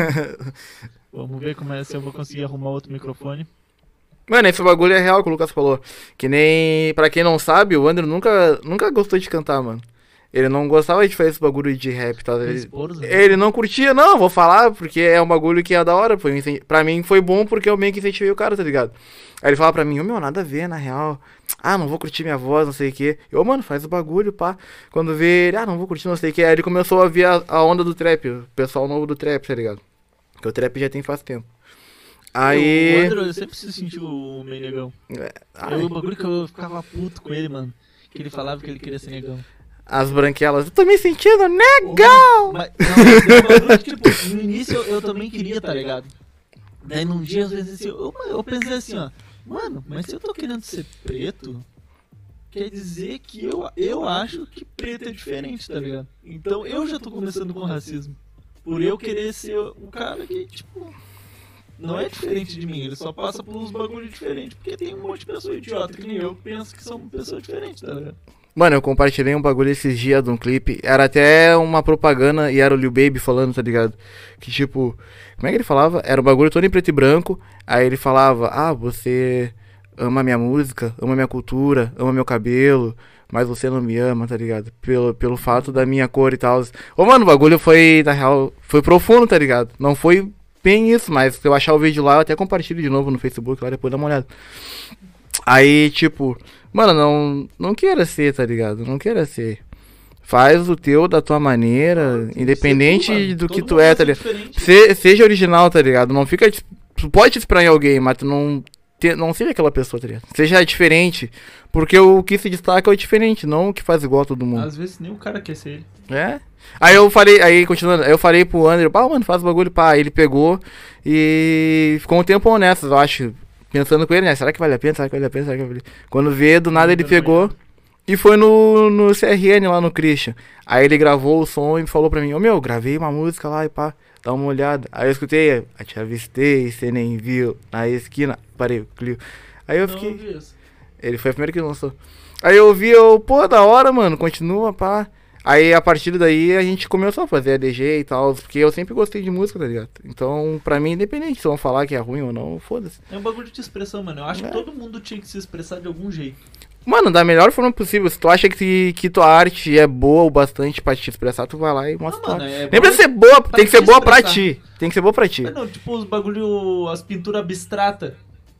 Vamos ver como é, se eu vou conseguir arrumar outro microfone. Mano, esse bagulho é real que o Lucas falou. Que nem, pra quem não sabe, o Andrew nunca, nunca gostou de cantar, mano. Ele não gostava de fazer esse bagulho de rap, tá? Ele, Esporos, né? ele não curtia, não, vou falar, porque é um bagulho que é da hora. Foi, um incen- pra mim foi bom porque eu meio que incentivei o cara, tá ligado? Aí ele fala pra mim, ô meu, nada a ver, na real. Ah, não vou curtir minha voz, não sei o que. Eu, mano, faz o bagulho, pá. Quando vê ele, ah, não vou curtir, não sei o que. Aí ele começou a ver a, a onda do trap, o pessoal novo do trap, tá ligado? Porque o trap já tem faz tempo. Aí... O Andrew, eu sempre se sentiu o meio negão. É, É o bagulho que eu ficava puto com ele, mano. Que ele falava que ele queria ser negão. As branquelas, eu tô me sentindo negão! Mas, não, o bagulho, tipo, no início eu, eu também queria, tá ligado? Daí num dia, às vezes, assim, eu, eu pensei assim, ó. Mano, mas se eu tô querendo ser preto, quer dizer que eu, eu acho que preto é diferente, tá ligado? Então eu já tô começando com racismo. Por eu querer ser um cara que, tipo, não é diferente de mim, ele só passa por uns bagulhos diferentes. Porque tem um monte de pessoa idiota que nem eu que pensa que são pessoas diferentes, tá ligado? Mano, eu compartilhei um bagulho esses dias de um clipe. Era até uma propaganda e era o Lil Baby falando, tá ligado? Que tipo, como é que ele falava? Era um bagulho todo em preto e branco. Aí ele falava, ah, você ama minha música, ama minha cultura, ama meu cabelo, mas você não me ama, tá ligado? Pelo, pelo fato da minha cor e tal. Ô, mano, o bagulho foi, na real, foi profundo, tá ligado? Não foi bem isso, mas se eu achar o vídeo lá, eu até compartilho de novo no Facebook, lá depois dá uma olhada. Aí, tipo, mano, não, não queira ser, tá ligado? Não queira ser. Faz o teu da tua maneira, ah, independente tu, do Todo que tu é, tá ligado? Se, seja original, tá ligado? Não fica... Tu pode te inspirar em alguém, mas tu não... Te, não seja aquela pessoa, tá ligado? Seja diferente. Porque o que se destaca é o diferente, não o que faz igual a todo mundo. Às vezes nem o cara quer ser ele. É? Aí eu falei, aí continuando, eu falei pro André, pá, mano, faz o bagulho, pá. Aí ele pegou e ficou um tempo honesto, eu acho. Pensando com ele, né? Será que vale a pena? Será que vale a pena? Será que vale a pena? Quando vê, do nada ele pegou e foi no, no C R N lá no Christian. Aí ele gravou o som e falou pra mim, ô meu, gravei uma música lá e pá, dá uma olhada. Aí eu escutei, eu te avistei, cê nem viu, na esquina, parei o Clio. Aí eu fiquei... Ele foi o primeiro que lançou. Aí eu ouvi, eu, pô, da hora, mano, continua, pá. Aí a partir daí a gente começou a fazer A D G e tal, porque eu sempre gostei de música, tá ligado? Então, pra mim, independente se vão falar que é ruim ou não, foda-se. É um bagulho de expressão, mano. Eu acho É. que todo mundo tinha que se expressar de algum jeito. Mano, da melhor forma possível. Se tu acha que, que tua arte é boa o bastante pra te expressar, tu vai lá e mostra. Não, mano, é Nem precisa ser boa, tem que ser te boa pra expressar. ti. Tem que ser boa pra ti. Mas não, tipo os bagulho, as pinturas abstratas.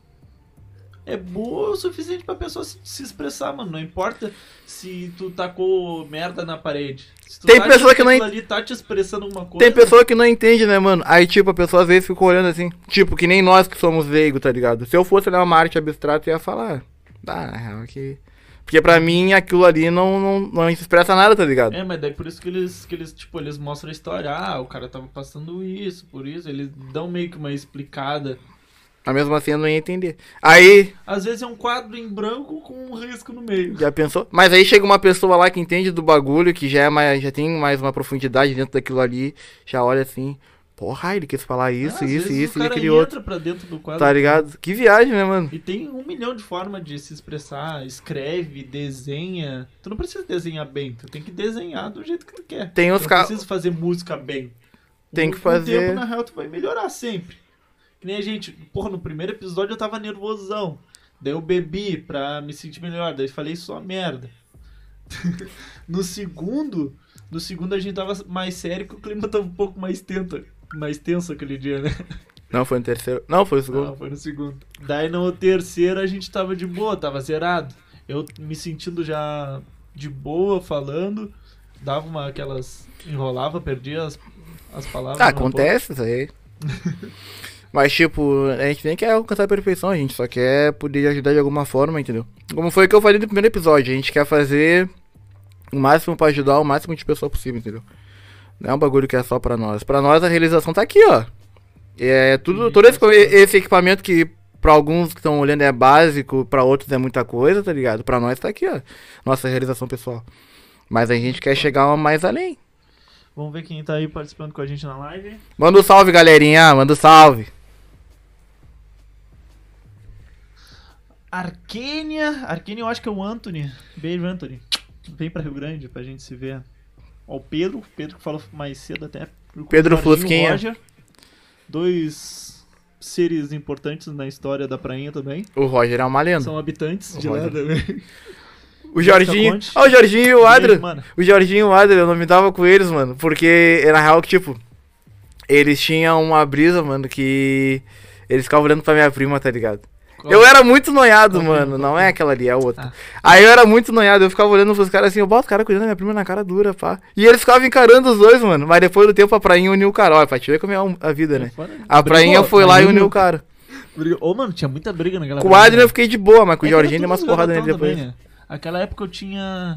É boa o suficiente pra pessoa se, se expressar, mano. Não importa se tu tacou merda na parede. Se tu Tem tá pessoa que não aquilo ali tá te expressando alguma coisa. Tem pessoa que não entende, né, mano? Aí, tipo, a pessoa às vezes fica olhando assim. Tipo, que nem nós que somos leigos, tá ligado? Se eu fosse olhar uma arte abstrata, eu ia falar. Ah, na real que... Porque pra mim aquilo ali não, não, não expressa nada, tá ligado? É, mas daí por isso que eles, que eles, tipo, eles mostram a história. Ah, o cara tava passando isso, por isso. Eles dão meio que uma explicada. Mas mesmo assim eu não ia entender. Aí, Às vezes é um quadro em branco com um risco no meio. já pensou? Mas aí chega uma pessoa lá que entende do bagulho, que já é mais, já tem mais uma profundidade dentro daquilo ali, já olha assim, porra, ele quis falar isso, Ah, às isso, vezes isso o e cara aquele entra outro. pra dentro do quadro. Tá ligado? Que viagem, né, mano? E tem um milhão de formas de se expressar. Escreve, desenha. Tu não precisa desenhar bem, tu tem que desenhar do jeito que tu quer. Tem Tu os não ca- precisa fazer música bem. Tem Com- que com o fazer- tempo, na real, tu vai melhorar sempre. Que nem a gente, porra, no primeiro episódio eu tava nervosão. Daí eu bebi pra me sentir melhor, daí falei só merda. No segundo, no segundo a gente tava mais sério, que o clima tava um pouco mais tenso, mais tenso aquele dia, né? Não, foi no terceiro. Não, foi no segundo. Não, foi no segundo. Daí no terceiro a gente tava de boa, tava zerado. Eu me sentindo já de boa, falando, dava uma aquelas... enrolava, perdia as, as palavras. Ah, na boca. acontece isso aí. Mas, tipo, a gente nem quer alcançar a perfeição, a gente só quer poder ajudar de alguma forma, entendeu? Como foi o que eu falei no primeiro episódio, a gente quer fazer o máximo pra ajudar o máximo de pessoa possível, entendeu? Não é um bagulho que é só pra nós. Pra nós a realização tá aqui, ó. É tudo, todo esse, esse equipamento que pra alguns que estão olhando é básico, pra outros é muita coisa, tá ligado? Pra nós tá aqui, ó. Nossa realização pessoal. Mas a gente quer chegar mais além. Vamos ver quem tá aí participando com a gente na live. Manda um salve, galerinha. Manda um salve. Arquênia. Arquênia eu acho que é o Anthony. Beijo, Anthony. Vem pra Rio Grande pra gente se ver. Ó, o Pedro. Pedro que falou mais cedo até. Pedro Jorginho, Flusquinha. Roger. Dois seres importantes na história da prainha também. O Roger é uma lenda. São habitantes O de lá Roger. também. O Jorginho. Conte. Ah, o Jorginho e o Adra. Beijo, mano. O Jorginho e o Adra, eu não me dava com eles, mano. Porque, na real, que, tipo, eles tinham uma brisa, mano, que eles ficavam olhando pra minha prima, tá ligado? Qual? Eu era muito noiado, Qual mano. prima? Não é aquela ali, é a outra. Ah. Aí eu era muito noiado, eu ficava olhando pros caras assim, eu boto os caras cuidando da minha prima na cara dura, pá. E eles ficavam encarando os dois, mano. Mas depois do tempo a prainha uniu o cara. Olha, pra te ver como é a vida, né? Fora- A prainha Brigou, foi lá mas e uniu o cara. Briga- Ô, mano, tinha muita briga naquela Com o Adrian eu época. fiquei de boa, mas com o É que era Jorginho deu todos umas porradas garotão nele depois. também, né? Aquela época eu tinha.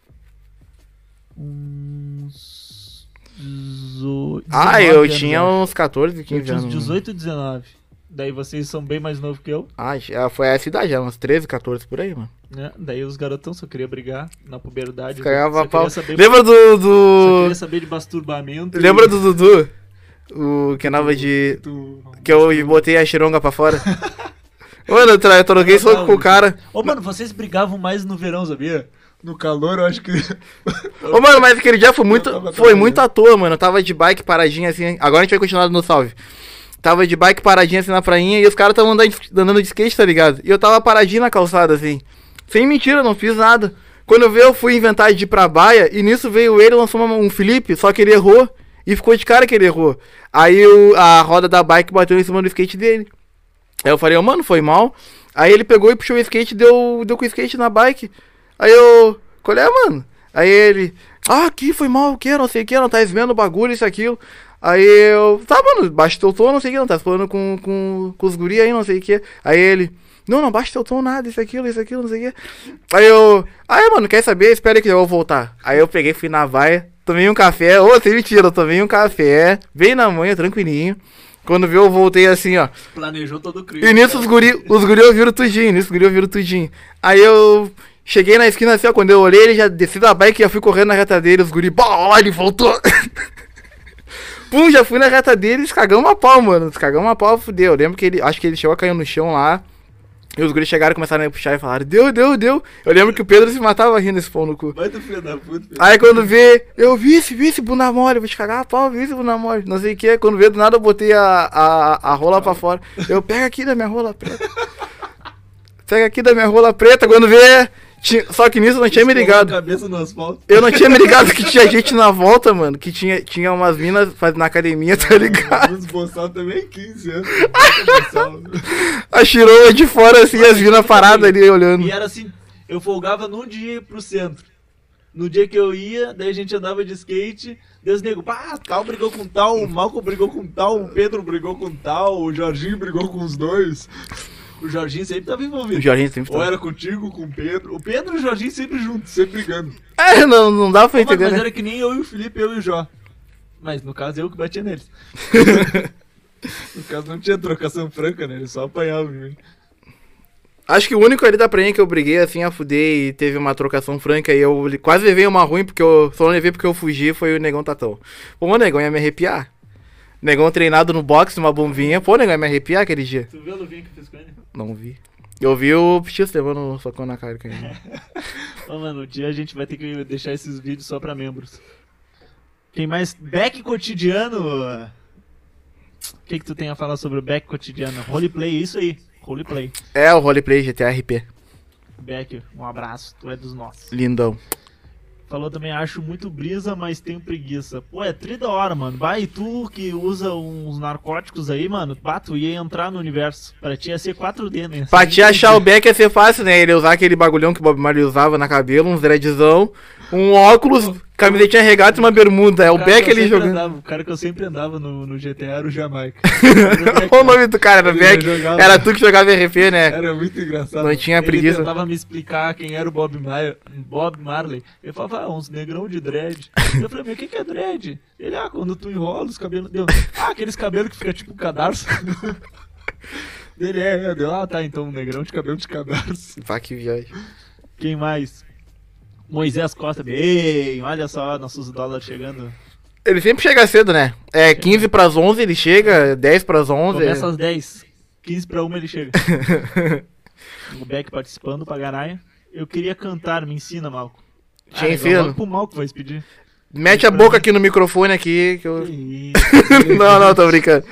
Uns. dezoito, Ah, dezenove eu anos, tinha acho. uns catorze, Eu quinze tinha uns anos. dezoito, dezenove. Daí vocês são bem mais novos que eu, Ah, já foi essa idade, já, uns treze, catorze por aí, mano. né? Daí os garotão só queria brigar na puberdade. Cagava só a pau. queria saber, Lembra do. só do... queria saber de masturbamento. Lembra do Dudu? O que andava de. Tu... Que eu botei a xironga pra fora. Mano, eu, tra- eu troquei soco com o cara. Ô, mano, vocês brigavam mais no verão, sabia? No calor, eu acho que. Ô, mano, mas aquele dia foi muito, Eu tava foi trabalhando. muito à toa, mano. Eu tava de bike paradinha assim. Agora a gente vai continuar no salve. Tava de bike paradinha assim na prainha e os caras estavam andando, de- andando de skate, tá ligado? E eu tava paradinho na calçada assim. Sem mentira, não fiz nada. Quando eu vi, eu fui inventar de ir pra baia e nisso veio ele e lançou uma- um Felipe, só que ele errou. E ficou de cara que ele errou. Aí o- a roda da bike bateu em cima do skate dele. Aí eu falei, ô, mano, foi mal. Aí ele pegou e puxou o skate e deu, deu com o skate na bike. Aí eu, qual é, mano? Aí ele, ah, aqui foi mal, o que, não sei o que, não tá vendo o bagulho, isso, aquilo. Aí eu, tá, mano, baixa teu tom, não sei o que, não tá falando com, com, com os guri aí, não sei o que. Aí ele, não, não baixa teu tom nada, isso, aquilo, isso, aquilo, não sei o que. Aí eu, aí, mano, quer saber? Espera que eu vou voltar. Aí eu peguei, fui na vaia, tomei um café, ô, sem mentira, eu tomei um café, bem na manhã, tranquilinho. Quando viu, eu voltei assim, ó. Planejou todo o crime. E nisso os guri, os guri ouviram tudinho, nisso os guri ouviram tudinho. Aí eu cheguei na esquina assim, ó, quando eu olhei, ele já desci da bike e já fui correndo na reta dele, os guri, bola, ele voltou. Pum, já fui na reta dele, eles cagamos a pau, mano, eles cagamos a pau, fudeu. Eu lembro que ele, acho que ele chegou a cair no chão lá, e os guri chegaram e começaram a me puxar e falaram, deu, deu, deu. Eu lembro que o Pedro se matava rindo esse pau no cu. Vai do filho da puta. Pedro. Aí quando vê, eu vi esse, vi esse bunda mole, vou te cagar a pau, vi esse bunda mole, não sei o que. Quando vê, do nada eu botei a, a, a rola pra fora. Eu pego aqui da minha rola preta. Pega aqui da minha rola preta, quando vê. Tinha, só que nisso eu não tinha me Escorreu ligado. a cabeça no asfalto. Eu não tinha me ligado que tinha gente na volta, mano. Que tinha, tinha umas minas faz- na academia, tá ligado? Os boçal também, quinze anos. A chiroa de fora assim, as minas paradas ali olhando. E era assim, eu folgava num dia e ia pro centro. No dia que eu ia, daí a gente andava de skate, Deus nego, pá, tal brigou com tal, o Malcolm brigou com tal, o Pedro brigou com tal, o Jorginho brigou com os dois. O Jorginho sempre tava envolvido. O Jorginho sempre Ou tá. era contigo, com o Pedro. O Pedro e o Jorginho sempre juntos, sempre brigando. É, não, não dá pra Ô, mano, entender, mas né? era que nem eu e o Felipe, eu e o Jó. Mas no caso eu que batia neles. No caso não tinha trocação franca, né? Eles só apanhavam em mim. Acho que o único ali da prainha que eu briguei assim a fuder e teve uma trocação franca e eu li- quase levei uma ruim porque eu só não levei porque eu fugi foi o Negão Tatão. Pô, o Negão ia me arrepiar. Negão treinado no boxe, uma bombinha. Pô, o Negão ia me arrepiar aquele dia. Tu viu a luvinha que eu fiz com ele? Não vi. Eu vi o Pichis levando um socão na cara. Cara. Ô, mano, um dia a gente vai ter que deixar esses vídeos só pra membros. Quem mais? Back cotidiano. O que que tu tem a falar sobre o back cotidiano? Roleplay, isso aí. Roleplay. É o roleplay G T A R P. Beck, um abraço, tu é dos nossos. Lindão. Falou também, acho muito brisa, mas tenho preguiça. Pô, é tri da hora, mano. Bah, e tu que usa uns narcóticos aí, mano, bah, tu ia entrar no universo. Pra ti ia ser quatro D, né? Pra te achar o Beck ia ser fácil, né? Ele ia usar aquele bagulhão que o Bob Marley usava na cabelo, uns dreadzão, um óculos, camisetinha regata e uma bermuda. É o, cara Beck que eu ali sempre jogando. andava- o cara que eu sempre andava no, no G T A era o Jamaica. Qual o nome do cara? Era Ele Beck? jogava- Era tu que jogava R P, né? Era muito engraçado. Não tinha Ele preguiça. tentava me explicar quem era o Bob, Mar Bob Marley. Ele falava, ah, uns negrão de dread. Eu falei, mas o que, que é dread? Ele, ah, quando tu enrola os cabelos. Deu, ah, aqueles cabelos que fica tipo um cadarço. Ele é, é, deu, ah, tá, então, um negrão de cabelo de cadarço. Vá que viagem. Quem mais? Moisés Costa, bem, olha só, nossos dólares chegando. Ele sempre chega cedo, né? É quinze pras onze ele chega, dez pras onze. Começa às dez, quinze pra uma ele chega. O Beck participando pra Garaia. Eu queria cantar, me ensina, Malco. Te ensino. Logo pro Malco vai se pedir. Mete a boca aqui no microfone aqui que eu... Que isso. Não, não, tô brincando.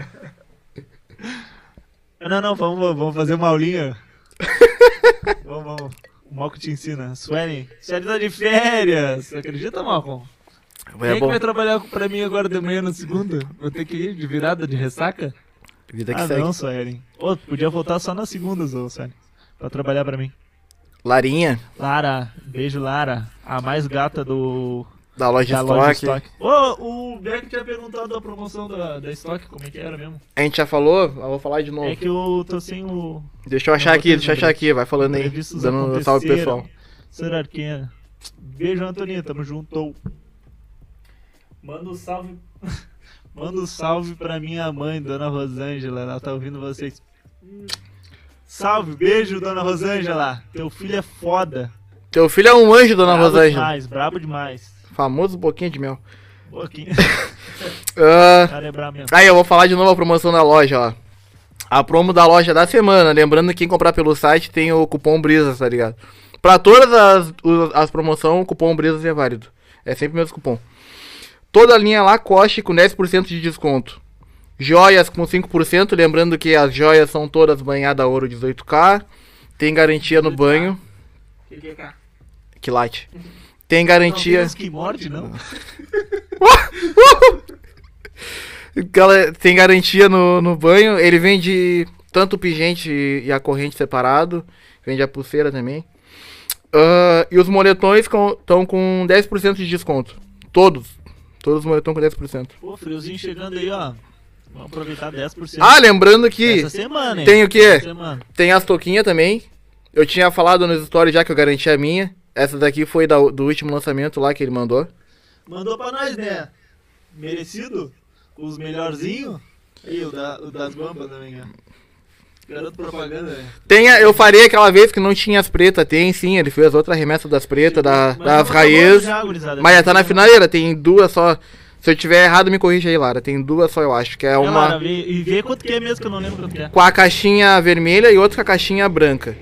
Não, não, vamos, vamos fazer uma aulinha. Vamos, vamos. O Malco te ensina. Suelen, Suelen tá de férias. Você acredita, Malco? Quem É é que bom. vai trabalhar pra mim agora de manhã na segunda? Vou ter que ir de virada, de ressaca? Vida que Ah, segue. não, Suelen. Ô, podia voltar só nas segundas, ô, Suelen. Pra trabalhar pra mim. Larinha. Lara, beijo, Lara. A mais gata do, Da loja Da loja Stock. Stock. Ô, o Beck tinha perguntado da promoção da, da Stock, como é que era mesmo? A gente já falou, eu vou falar de novo. É que eu tô sem o... Deixa eu achar Não, aqui, vou ter deixa eu achar aqui, vai falando aí, imprevistos dando um salve pro aconteceram. pessoal. Será que é? Beijo, Antoninha, tamo junto. Manda um salve. Manda um salve pra minha mãe, Dona Rosângela, ela tá ouvindo vocês. Salve, beijo, Dona Rosângela. Teu filho é foda. Teu filho é um anjo, dona Brabo Rosângela. demais, brabo demais. Famoso boquinha de mel. Pouquinho. Ah, O cara é brabo mesmo. aí, eu vou falar de novo a promoção da loja, ó. A promo da loja da semana. Lembrando que quem comprar pelo site tem o cupom Brisas, tá ligado? Pra todas as, os- as promoções, o cupom Brisas é válido. É sempre o mesmo cupom. Toda a linha Lacoste com dez por cento de desconto. Joias com cinco por cento. Lembrando que as joias são todas banhadas a ouro dezoito K. Tem garantia no banho. Que que é cá? Que light. Tem Não, garantia. tem uns que morde, não? Ela tem garantia no, no banho. Ele vende tanto o pingente e a corrente separado. Vende a pulseira também. Ah, e os moletões estão com dez por cento de desconto. Todos. Todos os moletões com dez por cento. Pô, friozinho chegando aí, ó. Vamos aproveitar dez por cento. Ah, lembrando que Essa semana, hein? tem o quê? Essa semana. tem as toquinhas também. Eu tinha falado nos stories já que eu garanti a minha. Essa daqui foi da- do último lançamento lá que ele mandou. Mandou pra nós, né? Merecido? Os melhorzinhos? E o, da, o das bambas também, ó. Garoto propaganda, né? Tem a- eu farei aquela vez que não tinha as pretas. Tem sim, ele fez outra remessa das pretas, da, Mas das não acabou raízes. já, gurizada. Mas já tá na finaleira, tem duas só. Se eu tiver errado, me corrija aí, Lara. Tem duas só, eu acho. Que é É, uma Lara, vê- e vê quanto que é mesmo, que eu não lembro quanto que é. com a caixinha vermelha e outra com a caixinha branca.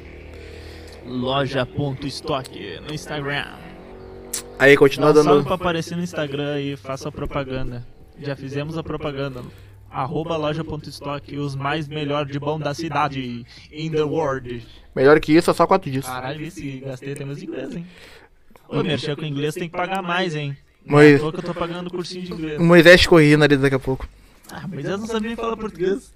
Loja.stock no Instagram. Aí, Dá continua um salve dando. pra aparecer no Instagram e faça a propaganda. Já fizemos a propaganda. Arroba loja.stock, os mais melhores de bom da cidade. In the world. Melhor que isso, é só quatro dias. Caralho, esse gastei até meus inglês, hein? Ô, mexer com inglês tem que pagar mais, hein? Mas- Não é à toa que eu tô pagando cursinho de inglês. O Moisés correndo ali daqui a pouco. Ah, mas eu não sabia nem falar português.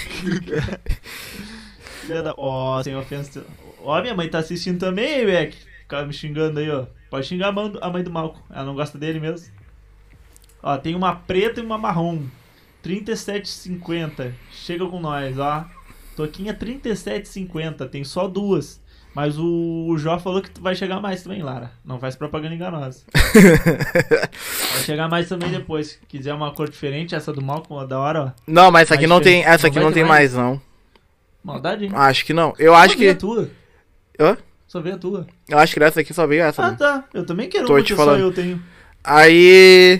Filha da- Ó, sem ofensa. Ó, minha mãe tá assistindo também, hein, Beck? Ficava me xingando aí, ó. Pode xingar a mãe do- a mãe do Malco. Ela não gosta dele mesmo. Ó, tem uma preta e uma marrom. trinta e sete e cinquenta. Chega com nós, ó. Toquinha trinta e sete e cinquenta. Tem só duas. Mas o, o Jó falou que tu vai chegar mais também, Lara. Não faz propaganda enganosa. Vai chegar mais também depois. Se quiser uma cor diferente, essa do Malcolm, ó, da hora, ó. Não, mas essa aqui Mais não tem. diferente. Essa aqui Não vai não tem ter mais, não. Maldade, hein? Acho que não. Eu acho Só vê a que. tua. Hã? Só vê a tua. Eu acho que dessa aqui só veio essa. Ah, né? tá. Eu também quero Tô uma te que falando. só eu tenho. Aí.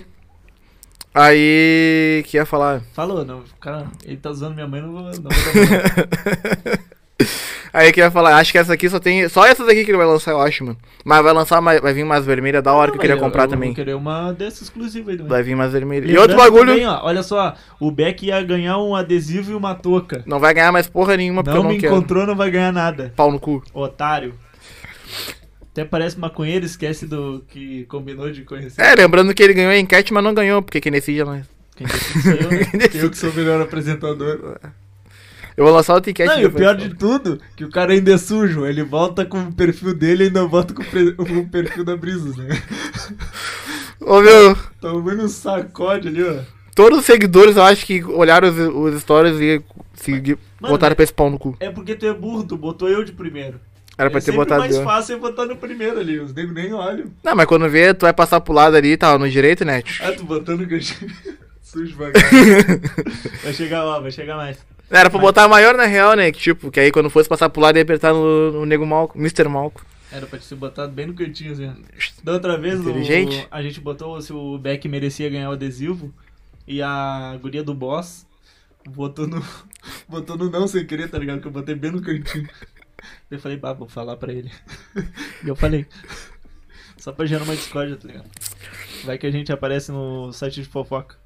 Aí. Que ia falar? Falou, não. Cara, ele tá usando minha mãe, não vou, não vou dar bola. Aí que ia falar, acho que essa aqui só tem. Só essa daqui que ele vai lançar, eu acho, mano. Mas vai lançar, mais, vai vir mais vermelha da hora que eu Não, queria mas comprar eu, também. Eu vou querer uma dessa exclusiva aí também. Vai vir mais vermelha. E Lembrando outro bagulho. também, ó, olha só, o Beck ia ganhar um adesivo e uma touca. Não vai ganhar mais porra nenhuma porque Não eu me não quero. encontrou, não vai ganhar nada. Pau no cu. Otário. Até parece maconheiro, esquece do que combinou de conhecer. É, lembrando que ele ganhou a enquete, mas não ganhou, porque quem decide é nós. Quem decide sou eu, né? Eu que sou o melhor apresentador. Eu vou lançar outra enquete. Não, e o depois. pior de tudo, que o cara ainda é sujo. Ele volta com o perfil dele e ainda volta com o, pre- com o perfil da Brisa, né? Ô meu, Tá ouvindo um sacode ali, ó. todos os seguidores eu acho que olharam os, os stories e segui, Mano, botaram pra esse pau no cu. É porque tu é burro, tu botou eu de primeiro. Era pra é ter sempre botado. mais eu. fácil é botar no primeiro ali, os negros nem olham. Não, mas quando vê, tu vai passar pro lado ali, tá no direito, né? Ah, tu botando que eu sujo devagar. Vai chegar lá, vai chegar mais. Era pra Mas- botar maior na real, né? Que tipo, que aí quando fosse passar pro lado ia apertar no, no Nego Malco, mister Malco. Era pra te ser botado bem no cantinho, assim. ó. Da outra vez, o- Inteligente. a gente botou se o Beck merecia ganhar o adesivo e a guria do boss botou no, botou no não sem querer, tá ligado? Que eu botei bem no cantinho. Eu falei, bah, vou falar pra ele. E eu falei. Só pra gerar uma discórdia, tá ligado? Vai que a gente aparece no site de fofoca.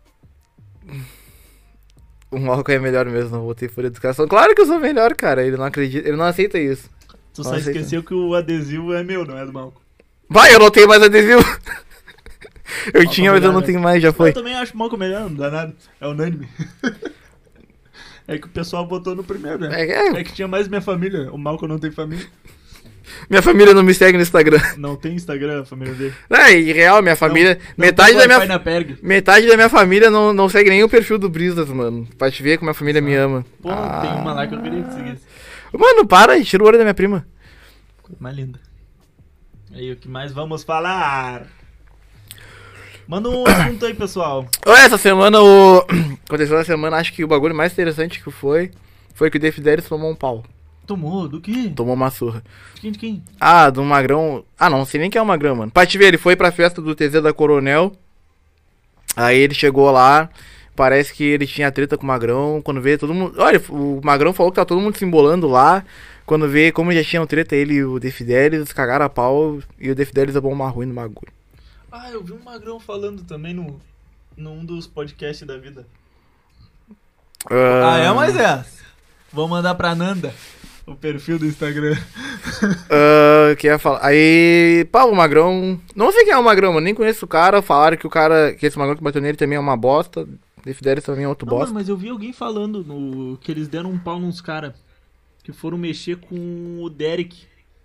O Malco é melhor mesmo, não botei por educação. Claro que eu sou melhor, cara. Ele não acredita, ele não aceita isso. Tu só Não aceita. esqueceu que o adesivo é meu, não é do Malco. Vai, eu não tenho mais adesivo. Eu Malco tinha, mas eu melhor, não né? tenho mais, já foi. Eu também acho o Malco melhor, não dá nada. É unânime. É que o pessoal botou no primeiro, né? É, é, É que tinha mais minha família. O Malco não tem família. Minha família não me segue no Instagram. Não tem Instagram, a família dele. É, em real, minha família. Não, não metade, tem da minha, Wi-Fi na Perg. metade da minha família não, não segue nem o perfil do Brisas, mano. Pra te ver como a família me ama. Pô, Ah. tem uma lá que eu queria que seguisse. Mano, para, tira o olho da minha prima. Coisa mais linda. Aí, o que mais vamos falar? Manda um assunto aí, pessoal. Ô, essa semana, o. Aconteceu essa semana, acho que o bagulho mais interessante que foi. Foi que o Defidelis tomou um pau. Tomou? Do quê? Tomou uma surra. De quem? De quem? Ah, do Magrão. Ah, não, sei nem quem é o Magrão, mano. Pra te ver, ele foi pra festa do T Z da Coronel. Aí ele chegou lá. Parece que ele tinha treta com o Magrão. Quando veio todo mundo. Olha, o Magrão falou que tá todo mundo se embolando lá. Quando veio, como já tinham treta, ele e o Defidelis cagaram a pau. E o Defidelis é bom uma ruim no bagulho. Ah, eu vi um Magrão falando também no, num dos podcasts da vida. Ah, Ah, é, Moisés? Vou mandar pra Nanda o perfil do Instagram. Ah, que ia falar. Aí, pá, o Magrão. Não sei quem é o Magrão, mano. Nem conheço o cara. Falaram que o cara. Que esse Magrão que bateu nele também é uma bosta. Defidelis também é outro Não, bosta. mano, mas eu vi alguém falando no, que eles deram um pau nos caras que foram mexer com o Derek.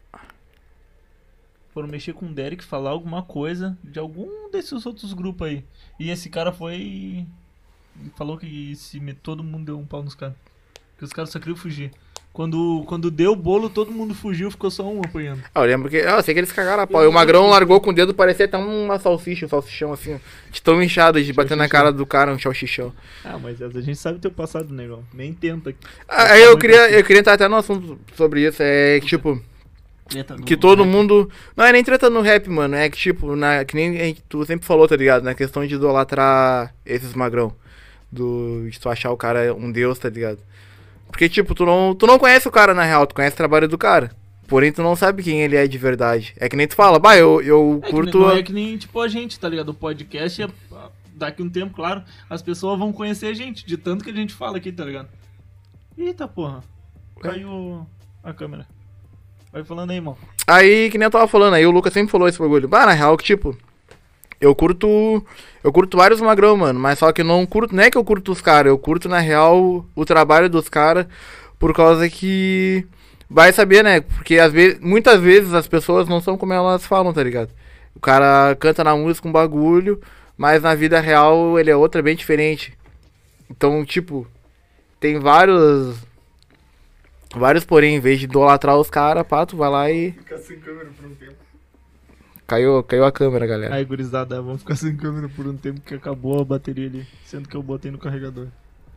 Foram mexer com o Derek, falar alguma coisa de algum desses outros grupos aí. E esse cara foi e falou que se me- todo mundo deu um pau nos caras. Que os caras só queriam fugir. Quando, quando deu o bolo, todo mundo fugiu, ficou só um apanhando. Ah, eu lembro que. Ah, eu sei que eles cagaram a pau. E o Magrão largou com o dedo, parecia até uma salsicha, um salsichão assim, ó. De tão inchado, de bater na cara do cara, um salsichão. Ah, mas a gente sabe teu passado, negão. Nem tenta. Ah, aí eu queria, eu queria entrar até no assunto sobre isso. É que, tipo, Treta no- que todo no- mundo. Não é nem treta no rap, mano. É que, tipo, na, que nem a gente- tu sempre falou, tá ligado? Na questão de idolatrar esses Magrão. Do, de tu achar o cara um deus, tá ligado? Porque, tipo, tu não, tu não conhece o cara na real, tu conhece o trabalho do cara. Porém, tu não sabe quem ele é de verdade. É que nem tu fala, bah, eu, eu É que curto. nem- não é que nem, tipo, a gente, tá ligado? O podcast, é, daqui um tempo, claro, as pessoas vão conhecer a gente, de tanto que a gente fala aqui, tá ligado? Eita, porra. Caiu a câmera. Vai falando aí, irmão. Aí, que nem eu tava falando, aí o Lucas sempre falou esse bagulho. Bah, na real, que tipo, eu curto. Eu curto vários magrão, mano. Mas só que eu não curto. Não é que eu curto os caras, eu curto, na real, o trabalho dos caras. Por causa que. Vai saber, né? Porque às vezes, muitas vezes as pessoas não são como elas falam, tá ligado? O cara canta na música um bagulho, mas na vida real ele é outra bem diferente. Então, tipo, tem vários. Vários porém, em vez de idolatrar os caras, pá, tu vai lá e. Ficar sem câmera por um tempo. Caiu, caiu a câmera, galera. Aí, gurizada, vamos ficar sem câmera por um tempo que acabou a bateria ali, sendo que eu botei no carregador.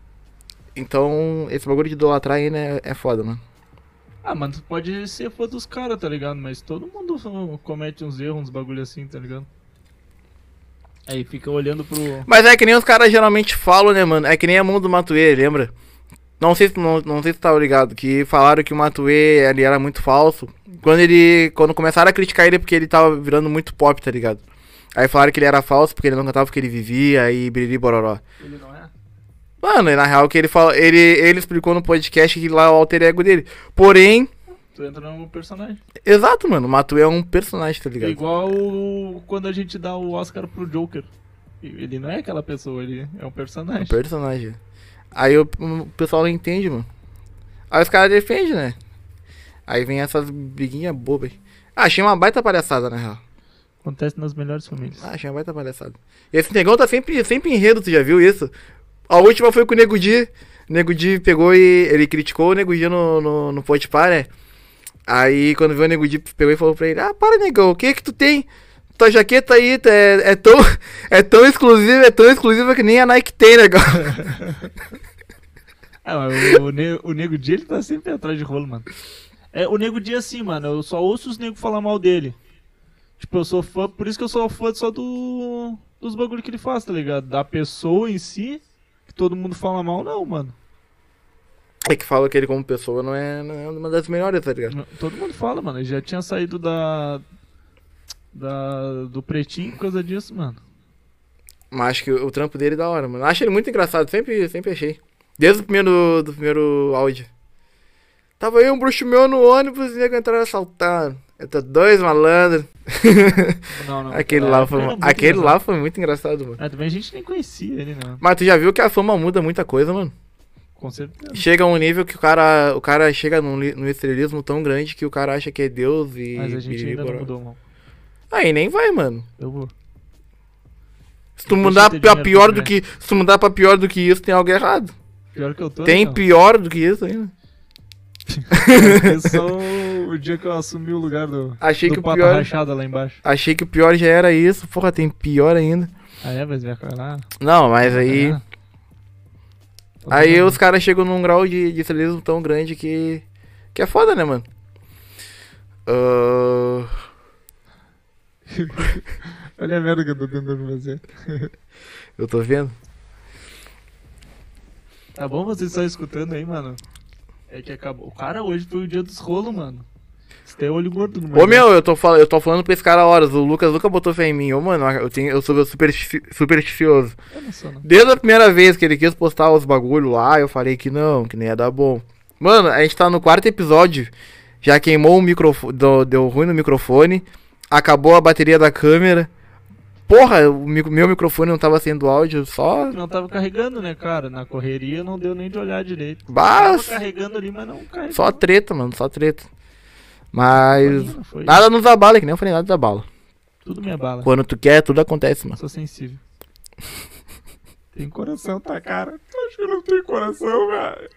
Então, esse bagulho de idolatrar aí, né, é foda, mano. Ah, mano, tu pode ser fã dos caras, tá ligado? Mas todo mundo comete uns erros, uns bagulho assim, tá ligado? Aí fica olhando pro... Mas é que nem os caras geralmente falam, né, mano? É que nem a mão do Matuê, lembra? Não sei se tu não, não sei se tu tá ligado, que falaram que o Matuê ali era muito falso. Quando ele. Quando começaram a criticar ele porque ele tava virando muito pop, tá ligado? Aí falaram que ele era falso porque ele não cantava o que ele vivia e biriri bororó. Ele não é? Mano, e na real que ele fala. Ele, ele explicou no podcast que lá é o alter ego dele. Porém. Tu entra no personagem. Exato, mano. O Matuê é um personagem, tá É ligado? igual quando a gente dá o Oscar pro Joker. Ele não é aquela pessoa, ele é um personagem. É um personagem. Aí o, o pessoal não entende, mano. Aí os caras defendem, né? Aí vem essas briguinhas bobas. Ah, achei uma baita palhaçada, na real. Acontece nas melhores famílias. Ah, achei uma baita palhaçada. E esse negão tá sempre, sempre enredo, tu já viu isso? A última foi com o Nego Di. O Nego Di pegou e ele criticou o Nego Di no, no, no Podpah, né? Aí quando viu o Nego Di, pegou e falou pra ele: ah, para, negão, o que que tu tem? Tua jaqueta aí é, é, tão, é tão exclusiva, é tão exclusiva que nem a Nike tem, negão. Ah, mas o, o, ne o Nego Di, ele tá sempre atrás de rolo, mano. É, o Nego Di é assim, mano, eu só ouço os negros falar mal dele. Tipo, eu sou fã, por isso que eu sou fã só do dos bagulho que ele faz, tá ligado? Da pessoa em si, que todo mundo fala mal, não, mano. É que fala que ele como pessoa não é, não é uma das melhores, tá ligado? Todo mundo fala, mano, ele já tinha saído da... Da, do Pretinho por causa disso, mano. Mas acho que o, o trampo dele é da hora, mano. Acho ele muito engraçado, sempre, sempre achei. Desde o primeiro, do primeiro áudio. Tava aí um bruxo meu no ônibus e nego entraram assaltando. Eu tô dois malandros. Não, não. Aquele, É, lá, foi, era muito aquele engraçado. lá foi muito engraçado, mano. Ah, também a gente nem conhecia ele, não. Mas tu já viu que a fama muda muita coisa, mano? Com certeza. Chega a um nível que o cara, o cara chega num, li- num estrelismo tão grande que o cara acha que é Deus e... Mas a gente biriri, ainda não boró. mudou, mano. Aí nem vai, mano. Eu vou. Se tu Deixa mudar eu ter pra dinheiro pior pra do que... Se tu mudar pra pior do que isso, tem algo errado. Pior que eu tô, Tem né, pior do que isso ainda. meu? Só o dia que eu assumi o lugar do, Achei que do o pata pior... rachada lá embaixo. Achei que o pior já era isso. Porra, tem pior ainda. Ah, é? Vai ver lá. Não, mas aí... Ah. Aí os caras chegam num grau de, de estrelismo tão grande que... Que é foda, né, mano? Ah, Olha a merda que eu tô tentando fazer. eu tô vendo. Tá bom vocês só escutando aí, mano? É que acabou. O cara, hoje foi o dia dos rolos, mano. Você tem olho gordo no Ô meu, eu tô, fal eu tô falando pra esse cara há horas. O Lucas nunca botou fé em mim. Ô, mano, eu, tenho, eu sou supersti supersticioso. Eu não sou, não. Desde a primeira vez que ele quis postar os bagulho lá, eu falei que não, que nem ia dar bom. Mano, a gente tá no quarto episódio. Já queimou o microfone. Deu ruim no microfone. Acabou a bateria da câmera. Porra, o mi meu microfone não tava sendo áudio, só. Não tava carregando, né, cara? Na correria não deu nem de olhar direito. Bas... Tava carregando ali, mas não carregou. Só treta, mano, só treta. Mas. Não foi. Nada nos abala, que nem eu falei, nada nos abala. Tudo me abala. Quando tu quer, tudo acontece, mano. Sou sensível. Tem coração, tá, cara? Tu acha que eu não tenho coração, velho?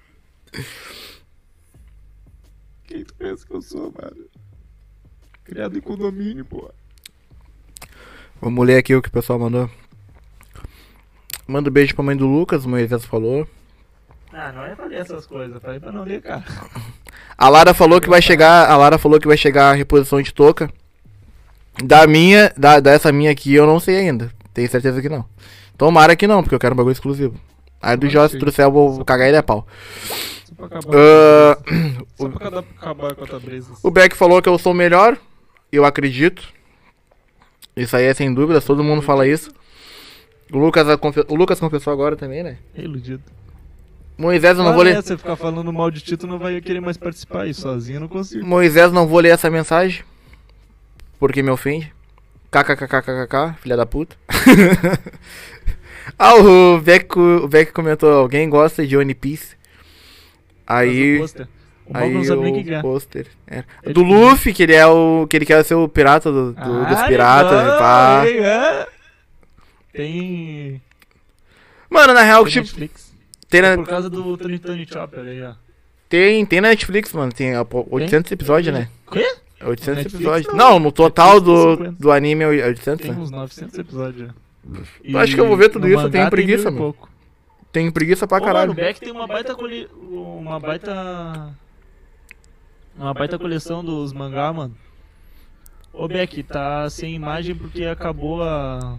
Quem tu pensa que eu sou, mano? Criado em condomínio, pô. Vamos ler aqui o que o pessoal mandou. Manda um beijo pra mãe do Lucas, o Moisés falou. Ah, não é pra ler essas coisas, falei pra não ler, cara. A Lara falou que vai chegar. A Lara falou que vai chegar a reposição de touca. Da minha, da, dessa minha aqui eu não sei ainda. Tenho certeza que não. Tomara que não, porque eu quero um bagulho exclusivo. Aí do Jó, se trouxer, eu vou cagar ele a pau. Só pra acabar, Uh, Só pra cada- acabar com a tua brisa. o Beck falou que eu sou o melhor. Eu acredito. Isso aí é sem dúvida, todo mundo fala isso. O Lucas, a confe- o Lucas confessou agora também, né? É iludido. Moisés, eu não Ah, vou né, ler. você ficar falando mal de ti, tu não vai querer mais participar aí. Sozinho eu não consigo. Moisés, não vou ler essa mensagem. Porque me ofende. KKKKKK, filha da puta. Ah, o Beck, o Beck comentou: alguém gosta de One Piece? Aí. Mas o pôster. O Bob Aí não sabe nem o o que que é. pôster. É. É Do tipo- Luffy, que ele é o. Que ele quer ser o pirata do, do- dos Ah, piratas. legal, e pá. legal. Tem. Mano, na real, Tem tipo, Netflix. tem É na, por causa do Tony Tony Chopper aí, ó. tem, tem na Netflix, mano. Tem ó, pô, oitocentos episódios, né? Quê? oitocentos Netflix episódios. não. Não, no total Netflix tem do, cinquenta. do anime é oitocentos, Tem né? uns novecentos episódios já. Eu acho que eu vou ver tudo no isso, eu mangá tenho tem preguiça, mil e mano. pouco. Tem preguiça pra Ô, mano, caralho. o Beck tem uma baita cole... uma baita uma baita coleção dos mangá, mano. Ô Beck, tá sem imagem porque acabou a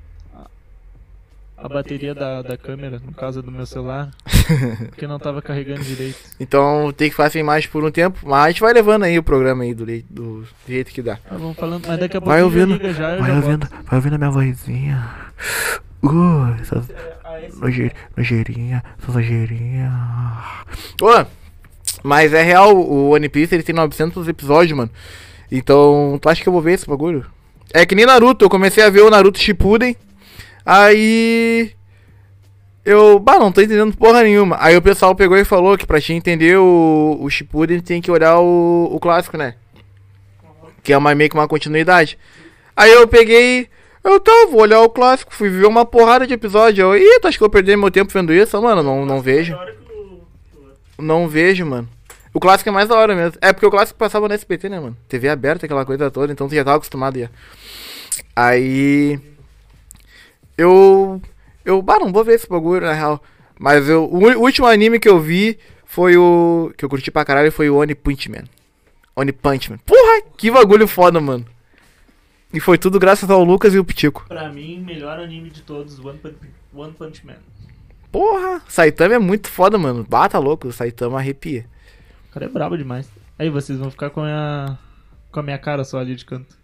a bateria da, da câmera, no caso do meu celular, porque não tava carregando direito. Então tem que fazer imagem por um tempo. Mas a gente vai levando aí o programa aí do, lei- do jeito que dá. Ah, vamos falando, mas daqui a pouco Vai ouvindo, liga já, eu vai já ouvindo, boto. vai ouvindo a minha vozinha. Uh, essas Ah, esse- noje- nojeirinha, essas nojeirinha. Ô, mas é real, o One Piece ele tem novecentos episódios, mano. Então, tu acha que eu vou ver esse bagulho? É que nem Naruto, eu comecei a ver o Naruto Shippuden. Aí eu, bah, não tô entendendo porra nenhuma. Aí o pessoal pegou e falou que pra te entender o, o Shippuden tem que olhar o, o clássico, né? Que é uma, meio que uma continuidade. Aí eu peguei, eu tá, vou olhar o clássico, fui ver uma porrada de episódio. Eu, ih, tu acha que eu perdi meu tempo vendo isso? Mano, não, não vejo. Melhor que o- o- Não vejo, mano. O clássico é mais da hora mesmo. É porque o clássico passava no S B T, né, mano? T V aberta, aquela coisa toda, então tu já tava acostumado já. Aí. Eu. Eu. Bah, não vou ver esse bagulho, na real. Mas eu, o, u- o último anime que eu vi foi o. Que eu curti pra caralho foi o One Punch Man. One Punch Man. Porra, que bagulho foda, mano. E foi tudo graças ao Lucas e o Pitico. Pra mim, melhor anime de todos, One Punch, One Punch Man. Porra, Saitama é muito foda, mano. Bata louco, o Saitama arrepia. O cara é brabo demais. Aí vocês vão ficar com a minha, com a minha cara só ali de canto.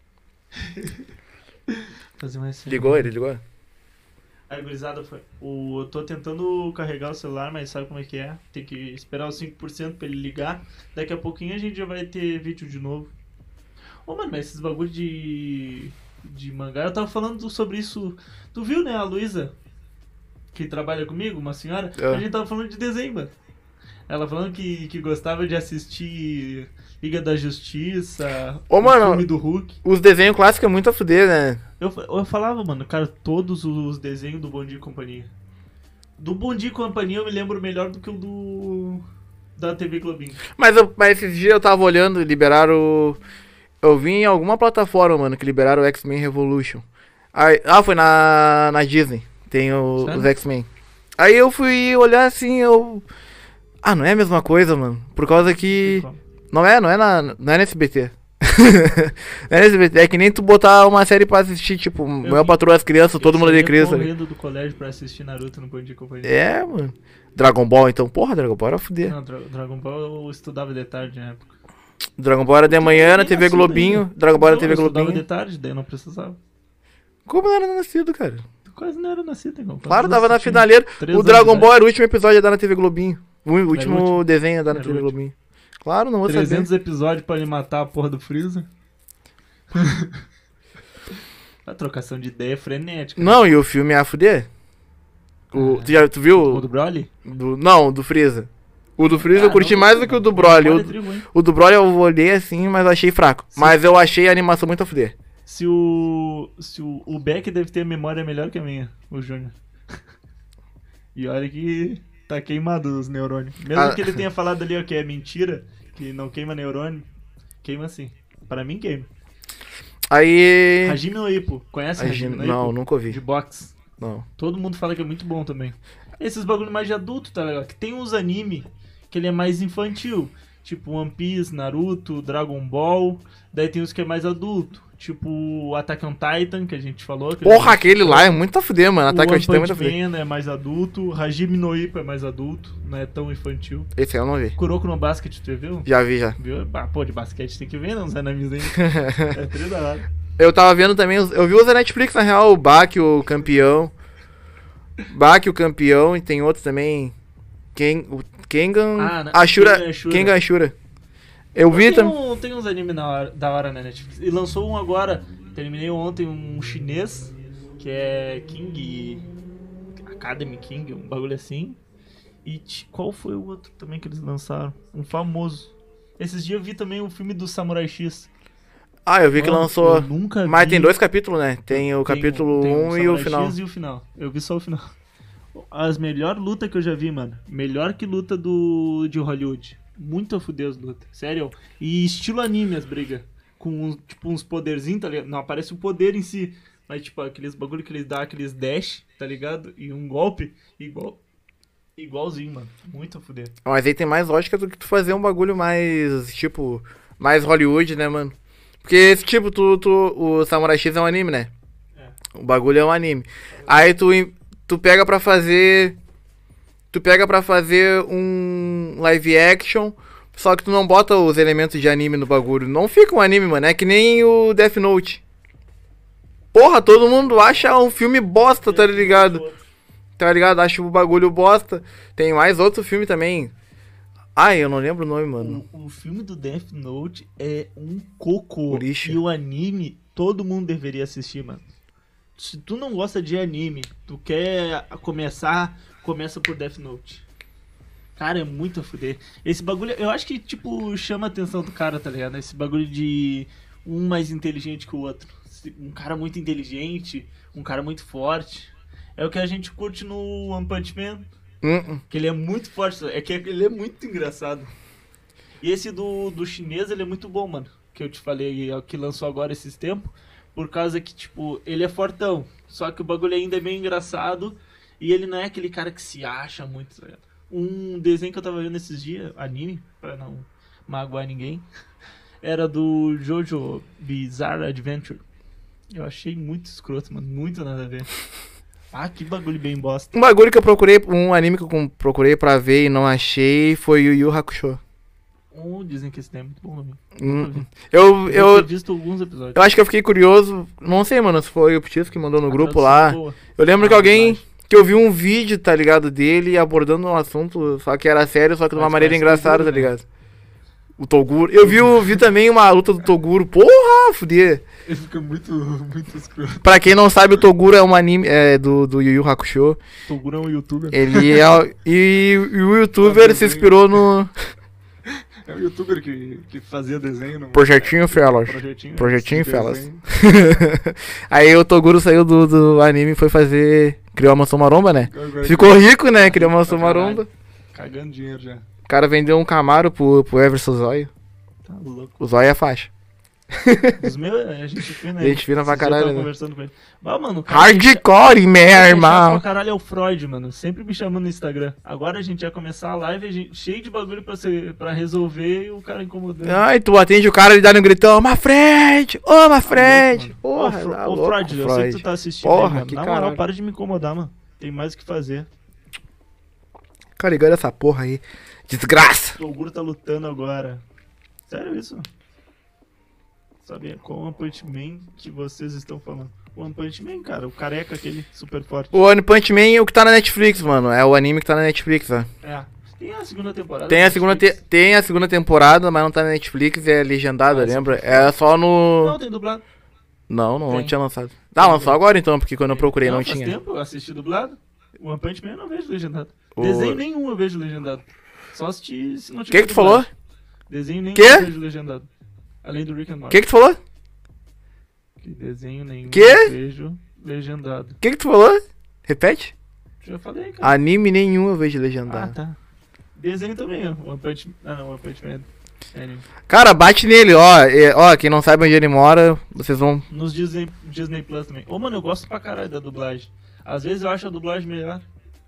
Fazer mais cedo. Ligou ele, ligou? Aí, gurizada, foi. O, eu tô tentando carregar o celular, mas sabe como é que é? Tem que esperar os cinco por cento pra ele ligar. Daqui a pouquinho a gente já vai ter vídeo de novo. Ô, mano, mas esses bagulho de. de mangá, eu tava falando sobre isso. Tu viu, né, a Luísa? que trabalha comigo, uma senhora, É. a gente tava falando de desenho, mano. Ela falando que, que gostava de assistir Liga da Justiça, Ô, o mano, filme do Hulk. Os desenhos clássicos é muito a fuder, né? Eu, eu falava, mano, cara, todos os desenhos do Bom Dia e Companhia. Do Bom Dia e Companhia eu me lembro melhor do que o do... da T V Globinho. Mas, eu, mas esses dias eu tava olhando, liberaram... o- Eu vi em alguma plataforma, mano, que liberaram o X-Men Revolution. Aí, ah, foi na, na Disney. Tem o- Sério? os X-Men. Aí eu fui olhar assim, eu... Ah, não é a mesma coisa, mano. Por causa que... Não é, não é na, não é na S B T. Não é na S B T, é que nem tu botar uma série pra assistir, tipo, Maior vi. Patroa as crianças, todo mundo ali criança. né? correndo do colégio pra assistir Naruto no Bom Dia e Companhia. É, mano. Dragon Ball, então. Porra, Dragon Ball era fuder. Não, Dra- Dragon Ball eu estudava de tarde na época. Dragon Ball era de manhã na nem T V nascido Globinho. ainda. Dragon Ball era Não, T V eu estudava Globinho. de tarde, daí eu não precisava. Como não era nascido, cara? Tu quase não era nascido, então. Claro, dava na Assistindo. finaleira. três O anos Dragon de Ball era o último episódio a dar na T V Globinho. O último, o último. desenho a dar na Era T V o último. Globinho. Claro, não vou saber. trezentos episódios pra ele matar a porra do Freeza. A trocação de ideia é frenética. Não, e o filme é a fuder? O, Ah. tu, já, tu O viu? do Broly? Do, não, o do Freeza. O do Freeza Ah, eu curti não, mais do que o do não, Broly. não O, pode atribuir. o do Broly eu olhei assim, mas eu achei fraco. Sim. Mas eu achei a animação muito a fuder. Se o. Se o, o Beck deve ter memória melhor que a minha, o Júnior. E olha que tá queimado os neurônios. Mesmo Ah. que ele tenha falado ali ó, que é mentira, que não queima neurônio, queima sim. Pra mim queima. Aí. Hajime no Ippo, conhece Hajime- Hajime no não, Ippo? nunca ouvi. De boxe. Não. Todo mundo fala que é muito bom também. Esses bagulho mais de adulto, tá legal? Que tem uns anime que ele é mais infantil. Tipo One Piece, Naruto, Dragon Ball. Daí tem os que é mais adulto. Tipo Attack on Titan, que a gente falou. que Porra, a gente aquele lá é muito a fuder, mano. O Ataque ao One Titã é muito a Punch fuder. Man é mais adulto. Hajime no Ippo é mais adulto. Não é tão infantil. Esse aí eu não vi. Kuroko no Basket, tu já viu? Já vi, já. Viu? Ah, pô, de basquete tem que ver, não, os animes aí. É trilhado. Eu tava vendo também, os- eu vi os da Netflix, na real, o Baki, o campeão. Baki, o campeão, e tem outros também. Ken, o Kengan, Ah, na- Ashura, Kengan Ashura. Kengan Ashura. Eu vi tem, também. um, tem uns animes na hora- da hora na Netflix. E lançou um agora, terminei ontem, um chinês, que é King Academy King, um bagulho assim. E t- qual foi o outro também que eles lançaram? Um famoso. Esses dias eu vi também o filme do Samurai X. Ah, eu vi que Mano, lançou. eu nunca Mas vi- tem dois capítulos, né? Tem o Tem capítulo tem um e o Samurai final. X e o final. Eu vi só o final. As melhores lutas que eu já vi, mano. Melhor que luta do de Hollywood. Muito a fuder as lutas. Sério. E estilo anime as brigas. Com uns- tipo uns poderzinhos, tá ligado? Não aparece o poder em si. Mas tipo, aqueles bagulho que eles dão, aqueles dash, tá ligado? E um golpe igual. Igualzinho, mano. Muito a fuder. Mas aí tem mais lógica do que tu fazer um bagulho mais, tipo, mais Hollywood, né, mano? Porque esse tipo, tu, tu, o Samurai X é um anime, né? É. O bagulho é um anime. Aí tu, im- tu pega pra fazer. Tu pega pra fazer um live action, só que tu não bota os elementos de anime no bagulho. Não fica um anime, mano. É que nem o Death Note. Porra, todo mundo acha um filme bosta, tá ligado? Tá ligado? Acha o bagulho bosta. Tem mais outro filme também. Ai, eu não lembro o nome, mano. O, o filme do Death Note é um cocô. O lixo. E o anime, todo mundo deveria assistir, mano. Se tu não gosta de anime, tu quer começar, começa por Death Note. Cara, é muito a fuder. Esse bagulho, eu acho que, tipo, chama a atenção do cara, tá ligado? Esse bagulho de um mais inteligente que o outro. Um cara muito inteligente, um cara muito forte. É o que a gente curte no One Punch Man. Hum, hum. Que ele é muito forte, é que ele é muito engraçado. E esse do, do chinês, ele é muito bom, mano. Que eu te falei, é o que lançou agora esses tempos. Por causa que, tipo, ele é fortão. Só que o bagulho ainda é bem engraçado. E ele não é aquele cara que se acha muito, tá ligado? Um desenho que eu tava vendo esses dias, anime, pra não magoar ninguém, era do Jojo Bizarre Adventure. Eu achei muito escroto, mano. Muito nada a ver. Ah, que bagulho bem bosta. Um bagulho que eu procurei, um anime que eu com- procurei pra ver e não achei foi o Yu Yu Hakusho. Oh, dizem que esse daí é muito bom também. Hum, Eu, Eu, eu, tenho visto alguns episódios. eu acho que eu fiquei curioso, não sei, mano, se foi o Ptis que mandou no A grupo tradução lá. é boa. Eu lembro Ah, que alguém, verdade. que eu vi um vídeo, tá ligado, dele abordando um assunto, só que era sério, só que de uma Mas maneira parece engraçada, tá bagulho, né? ligado? O Toguro. Eu vi, o- vi também uma luta do Toguro. Porra, fuder. Ele fica muito, muito escroto. Pra quem não sabe, o Toguro é um anime é, do, do Yu Yu Hakusho. Toguro é um youtuber. Ele é. o- E, e o youtuber se inspirou no É um youtuber que, que fazia desenho no Projetinho Fellas. projetinho. Projetinho esse Fellas. desenho. Aí o Toguro saiu do, do anime e foi fazer. Criou a mansão maromba, né? Agora Ficou rico, né? Criou a mansão Pra caralho. maromba. Cagando dinheiro já. O cara vendeu um Camaro pro, pro Everson Zóio. Tá louco. O Zóio é faixa. Os meus, a gente fina. Gente fina pra Esses dias eu caralho, tava né? conversando com ele. Mas, mano, o cara Hardcore, meu Quem é chato irmão. pra caralho é o Freud, mano. Sempre me chamando no Instagram. Agora a gente ia começar a live, a gente, cheio de bagulho pra, ser, pra resolver e o cara incomodando. Ai, tu atende o cara e dá um gritão, uma frente, ô, uma frente. Ô, Porra, Fro- tá ô, louco, Freud, eu sei que tu tá assistindo Porra, aí, mano. que Na moral, caralho. para de me incomodar, mano. Tem mais o que fazer. Cara, ligando essa porra aí. Desgraça. O Toguro tá lutando agora. Sério isso? Sabe qual One Punch Man que vocês estão falando? O One Punch Man, cara, o careca aquele, super forte. O One Punch Man é o que tá na Netflix, mano. É o anime que tá na Netflix, ó. É. Tem a segunda temporada. Tem da a segunda, te- Netflix. tem a segunda temporada, mas não tá na Netflix, é legendada, Ah, lembra? sim. É só no... Não, tem dublado. Não, não, não Tem. tinha lançado. Ah, lançou agora então, porque quando eu procurei não, faz tinha. tempo, eu assisti dublado. O One Punch Man eu não vejo legendado. O- Desenho nenhum eu vejo legendado. Só assisti se não O tiver que que tu falou? dublagem. Desenho nenhum Quê? eu vejo legendado. Além do Rick and O Morty. que que tu falou? Que desenho nenhum Quê? eu vejo legendado. O que que tu falou? Repete? Já falei, cara. Anime nenhum eu vejo Ah, legendado. tá. Desenho também, ó. One Punch... Ah, não, One Punch Man. É anime. Cara, bate nele, ó. É, ó, quem não sabe onde ele mora, vocês vão... Nos Disney, Disney Plus também. Ô, mano, eu gosto pra caralho da dublagem. Às vezes eu acho a dublagem melhor.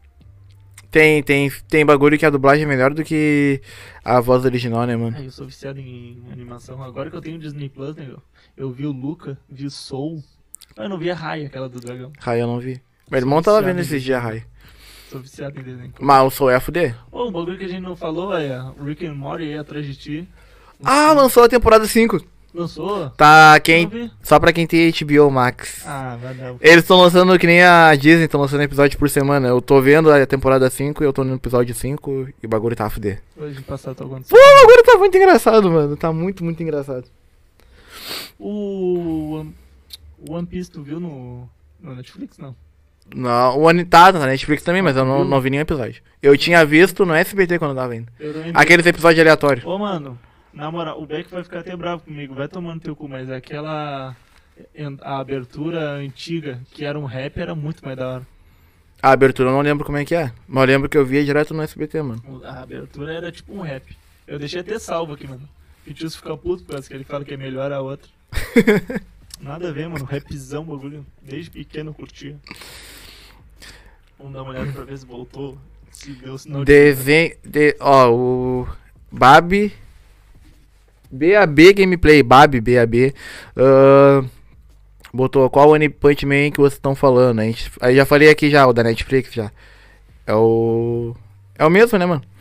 Tem, tem, tem bagulho que a dublagem é melhor do que a voz original, né, mano? Ai, eu sou viciado em animação. Agora que eu tenho Disney Plus, né, eu, eu vi o Luca, vi o Soul. Mas eu não vi a Raya, aquela do dragão. Rai eu não vi. Meu irmão tava viciado vendo em esses dias, Rai. Sou viciado em desenho. Mas o Soul é F D. Ô, um bagulho que a gente não falou é o Rick and Morty aí atrás de ti. Ah, lançou a temporada cinco. Lançou? Tá, quem... Não vi. Só pra quem tem H B O Max. Ah, vai dar. Eles estão lançando que nem a Disney, estão lançando episódio por semana. Eu tô vendo a temporada cinco e eu tô no episódio cinco e o bagulho tá a fuder. Hoje passado tá Pô, acontecendo. o bagulho tá muito engraçado, mano. Tá muito, muito engraçado. O One- o One Piece, tu viu no, no Netflix? Não. Não, o Ani tá na Netflix também, mas eu não, não vi nenhum episódio. Eu tinha visto no S B T quando eu tava indo. Eu não vi. Aqueles episódios aleatórios. Ô, mano, na moral, o Beck vai ficar até bravo comigo, vai tomando teu cu, mas aquela. A abertura antiga, que era um rap, era muito mais da hora. A abertura eu não lembro como é que é. Mas eu lembro que eu via direto no S B T, mano. A abertura era tipo um rap. Eu deixei até salvo aqui, mano. O Tio fica puto por causa que ele fala que é melhor a outra. Nada a ver, mano. Rapzão, bagulho. Desde pequeno eu curtia. Vamos dar uma olhada pra ver se voltou. Se deu sinal de. Desenho. De, ó, o. Babi. B A B Gameplay. Babi, B A B. ahn, botou qual One Punch Man que vocês estão falando. A gente, aí já falei aqui já, o da Netflix já. É o. É o mesmo, né, mano?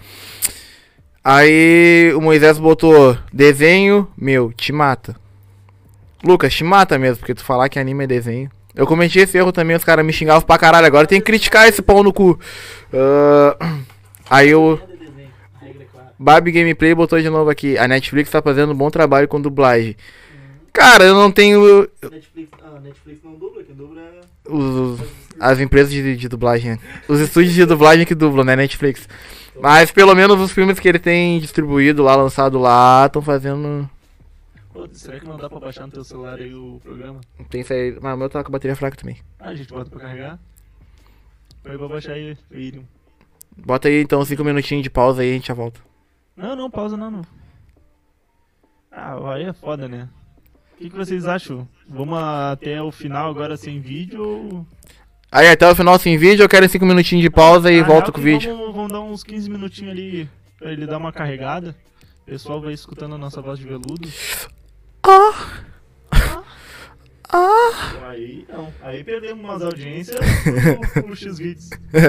Aí o Moisés botou desenho, meu, te mata. Lucas, te mata mesmo, porque tu falar que anime é desenho. Eu cometi esse erro também, os caras me xingavam pra caralho. Agora tem que criticar esse pau no cu. Ah, aí o Barbie Gameplay botou de novo aqui. A Netflix tá fazendo um bom trabalho com dublagem. Cara, eu não tenho Netflix, ah, Netflix não dubla, quem dubla é... os, as empresas de, de dublagem. Os estúdios de dublagem que dublam, né, Netflix. Mas pelo menos os filmes que ele tem distribuído lá, lançado lá, estão fazendo... Pô, será que não dá pra baixar no teu celular aí o programa? Tem saído. Mas o meu tá com a bateria fraca também. Ah, a gente bota pra carregar. Põe pra baixar aí o Irium. Bota aí então cinco minutinhos de pausa aí e a gente já volta. Não, não, pausa não, não. Ah, aí é foda, né? O que, que vocês acham? Vamos até o final agora sem vídeo ou... Aí até o final sem vídeo, eu quero cinco minutinhos de pausa e Na volto real com o que vídeo. Vamos, vamos dar uns quinze minutinhos ali pra ele dar uma carregada. O pessoal vai escutando a nossa voz de veludo. Ah! Ah! Aí não. Aí perdemos umas audiências no, no X-Vídeos.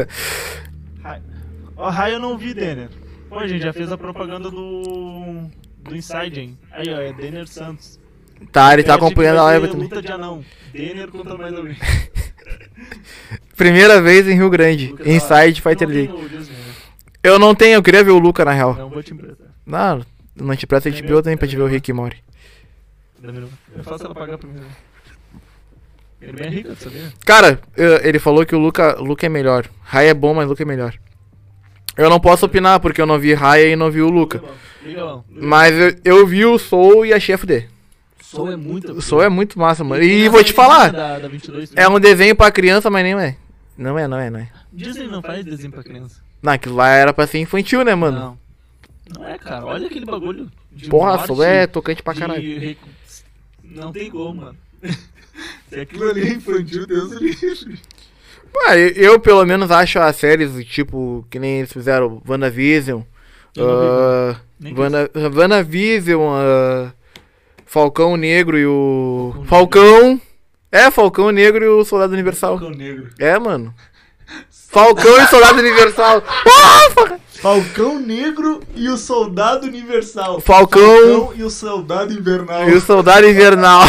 Ó, Raio eu não vi, Denner. Pô, a gente já fez a propaganda do. do Inside, hein? Aí, ó, é Denner Santos. Tá, ele tá Pede que acompanhando a vai live ter também. luta de anão. Denner contra mais alguém. Primeira vez em Rio Grande. Luca tá lá. Inside Tu Fighter não tem League. o Disney, né? Eu não tenho, eu queria ver o Luca na real. Não vou te emprestar. Não, Não te presta H B O também pra te ver o Rick e Morty. Eu faço ela pagar primeiro. Ele é bem rico, sabia? Cara, eu- ele falou que o Luca, Luca é melhor. Raya é bom, mas Luca é melhor. Eu não posso opinar, porque eu não vi Raya e não vi o Luca. Legal. Mas eu, eu vi o Soul e achei F D. Soul é muito. O Soul é muito massa, mano. Tem E a vou te série falar, Da, da vinte e dois, é um desenho pra criança, mas nem é. Não é, não é, não é. Disney não faz desenho pra criança. Não, aquilo lá era pra ser infantil, né, mano? Não. Não é, cara. Olha aquele bagulho. De Porra, morte, Soul é tocante pra de caralho. rec- Não tem como, mano. Se aquilo ali é infantil, Deus do livre. Ah, eu, eu, pelo menos acho as séries, tipo, que nem eles fizeram WandaVision, Eu não vi, uh, Nem Wanda, WandaVision, uh, Falcão Negro e o... Falcão Falcão... É, Falcão Negro e o Soldado Universal. Falcão Negro. É, mano. Falcão e Soldado Universal. Ah, Falcão Negro e o Soldado Universal. Falcão e o Soldado Invernal. e o Soldado Invernal.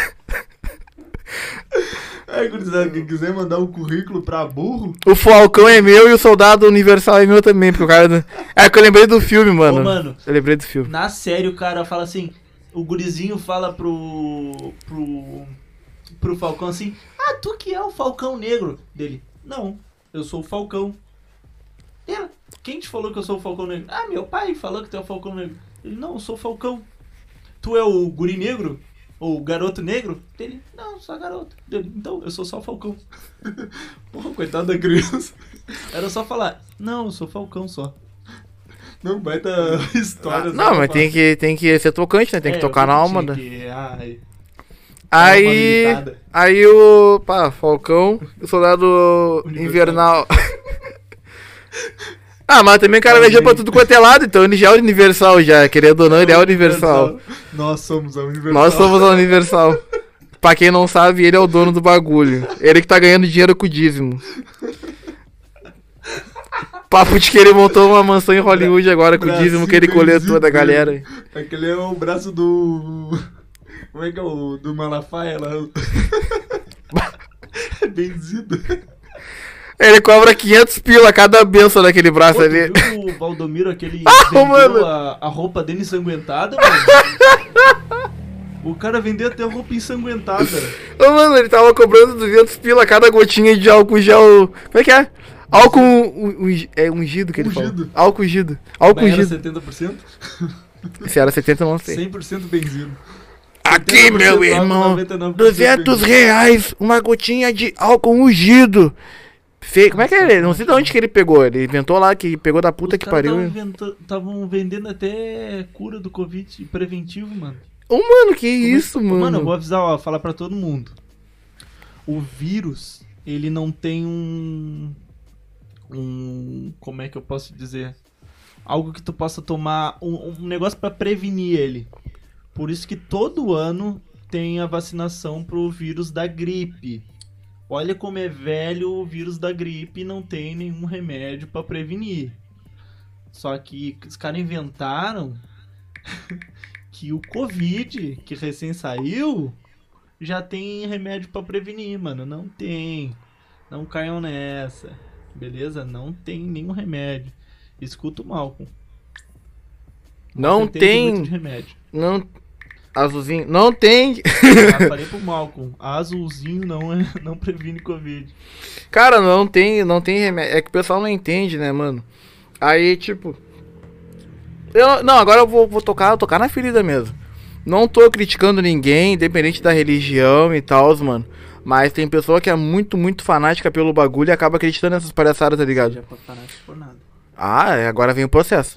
É, gurizada, quem quiser mandar um currículo pra burro. O Falcão é meu e o Soldado Universal é meu também, porque o cara... É que eu lembrei do filme, mano. Ô, mano. Eu lembrei do filme. Na série o cara fala assim, o gurizinho fala pro. pro. pro Falcão assim, ah, tu que é o Falcão Negro dele. Não, eu sou o Falcão. Ele, quem te falou que eu sou o Falcão Negro? Ah, meu pai falou que tu é o Falcão Negro. Ele, não, eu sou o Falcão. Tu é o guri negro? Ou o garoto negro? Ele, não, eu sou a garota. Ele, então, eu sou só o Falcão. Porra, coitado da criança. Era só falar, não, eu sou Falcão só. Não, baita história. Ah, não, mas tem que, tem que ser tocante, né? Tem que É, tocar eu na que alma. tinha Da... que- ai, Aí... uma militada. Aí o... Pá, Falcão e o Soldado Universal. Invernal. Ah, mas também o cara viajou pra tudo quanto é lado, então ele já é universal já. Querendo ou não, ele é universal. Nós somos a Universal. Nós somos a Universal. Pra quem não sabe, ele é o dono do bagulho. Ele que tá ganhando dinheiro com o dízimo. Papo de que ele montou uma mansão em Hollywood agora com o dízimo que ele coletou da galera. Aquele é o braço do... Como é que é o... do Malafaia lá? É benzido. Ele cobra quinhentos pila cada benção daquele braço Pô, tu ali. viu o Valdomiro, aquele Ah, vendeu mano. a, a roupa dele ensanguentada, mano? O cara vendeu até a roupa ensanguentada. Ô, mano, ele tava cobrando duzentos pila cada gotinha de álcool gel. Como é que é? Álcool un- un- é ungido que ele Ungido. fala. Álcool ungido. Álcool Mas era ungido. setenta por cento? Se era setenta, eu não sei. cem por cento benzino. Aqui, setenta por cento meu irmão, noventa e nove por cento duzentos benzino. reais, uma gotinha de álcool ungido. Fe... Como é que é? Não sei de onde que ele pegou. Ele inventou lá, que pegou da puta Os que caras pariu. Estavam vendendo até cura do Covid preventivo, mano. Ô, mano, que isso, mano. Mano, eu vou avisar, ó, falar pra todo mundo. O vírus, ele não tem um... Um... Como é que eu posso dizer? Algo que tu possa tomar... Um, um negócio pra prevenir ele. Por isso que todo ano tem a vacinação pro vírus da gripe. Olha como é velho o vírus da gripe e não tem nenhum remédio pra prevenir. Só que os caras inventaram que o Covid, que recém saiu, já tem remédio pra prevenir, mano. Não tem. Não caiam nessa. Beleza? Não tem nenhum remédio. Escuta o Malcolm. Não Entende muito tem. de remédio. Não. Azulzinho. Não tem. Ah, falei pro Malcolm. Azulzinho não, é, não previne Covid. Cara, não tem, não tem remédio. É que o pessoal não entende, né, mano? Aí, tipo. Eu, não, agora eu vou, vou tocar, tocar na ferida mesmo. Não tô criticando ninguém, independente da religião e tal, mano. Mas tem pessoa que é muito, muito fanática pelo bagulho e acaba acreditando nessas palhaçadas, tá ligado? Já pode parar por nada. Ah, é, agora vem o processo.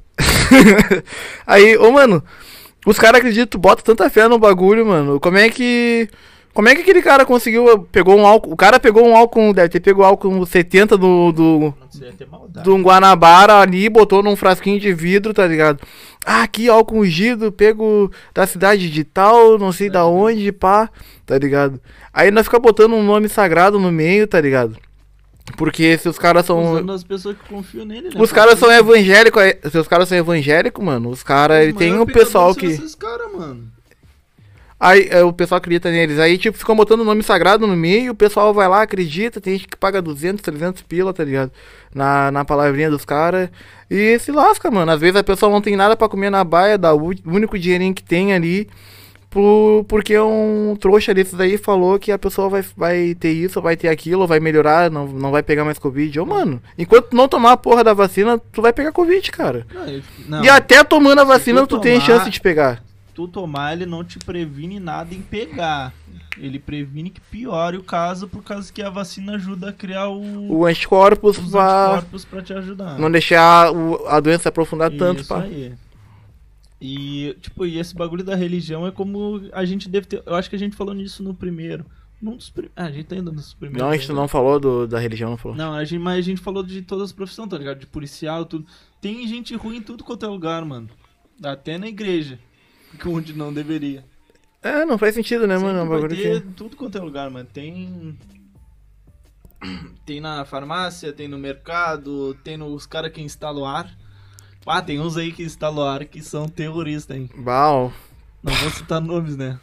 Aí, ô, mano, os caras acreditam, bota tanta fé no bagulho, mano. Como é que. Como é que aquele cara conseguiu. Pegou um álcool. O cara pegou um álcool. Deve ter pegou álcool setenta do. do Não sei, ter maldade. de um Guanabara ali, botou num frasquinho de vidro, tá ligado? Ah, aqui álcool ungido, pego da cidade de tal, não sei da onde, pá, tá ligado? Aí nós fica botando um nome sagrado no meio, tá ligado? Porque se os caras são... Usando as pessoas que confiam nele, né? Os caras são evangélicos, se os caras são evangélicos, mano, os caras, ele tem um pessoal que... Esses caras, mano. Aí é, o pessoal acredita neles. Aí, tipo, ficam botando o nome sagrado no meio, o pessoal vai lá, acredita, tem gente que paga duzentos, trezentos pila, tá ligado? Na, na palavrinha dos caras. E se lasca, mano. Às vezes a pessoa não tem nada pra comer na baia, dá o único dinheirinho que tem ali. Por, porque um trouxa desses aí falou que a pessoa vai, vai ter isso, vai ter aquilo, vai melhorar, não, não vai pegar mais Covid. Ô, mano, enquanto tu não tomar a porra da vacina, tu vai pegar Covid, cara. Não, eu- não, E até tomando a vacina, tu tu tem tomar- chance de pegar. tu tomar, ele não te previne nada em pegar. Ele previne que piore o caso, por causa que a vacina ajuda a criar o, O anticorpos os vai anticorpos pra te ajudar. não deixar o- a doença aprofundar tanto, Isso pá. aí. E, tipo, e esse bagulho da religião é como a gente deve ter. Eu acho que a gente falou nisso no primeiro. Num dos prim... Ah, a gente tá indo nos primeiros. Não, a gente ainda. não falou do, da religião, não falou. Não, a gente, mas a gente falou de todas as profissões, tá ligado? De policial, tudo. Tem gente ruim em tudo quanto é lugar, mano. Até na igreja. Onde não deveria. É, não faz sentido, né, mano? É um Sempre vai bagulho ter que... tudo quanto é lugar, mano. Tem. Tem na farmácia, tem no mercado, tem nos caras que instalam ar. Ah, tem uns aí que instalam ar que são terroristas, hein? Bal. Não vou citar nomes, né?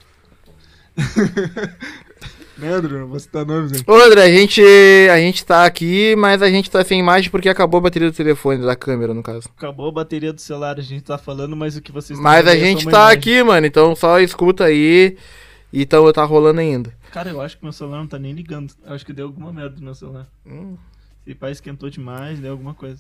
Né, André? Não vou citar nomes, né? Ô, André, a gente, a gente tá aqui, mas a gente tá sem imagem porque acabou a bateria do telefone, da câmera, no caso. Acabou a bateria do celular, a gente tá falando, mas o que vocês estão Mas vendo a aí é só gente uma tá imagem. aqui, mano, então só escuta aí. Então tá rolando ainda. Cara, eu acho que meu celular não tá nem ligando. Eu acho que deu alguma merda no meu celular. Hum. Se pai esquentou demais, deu alguma coisa.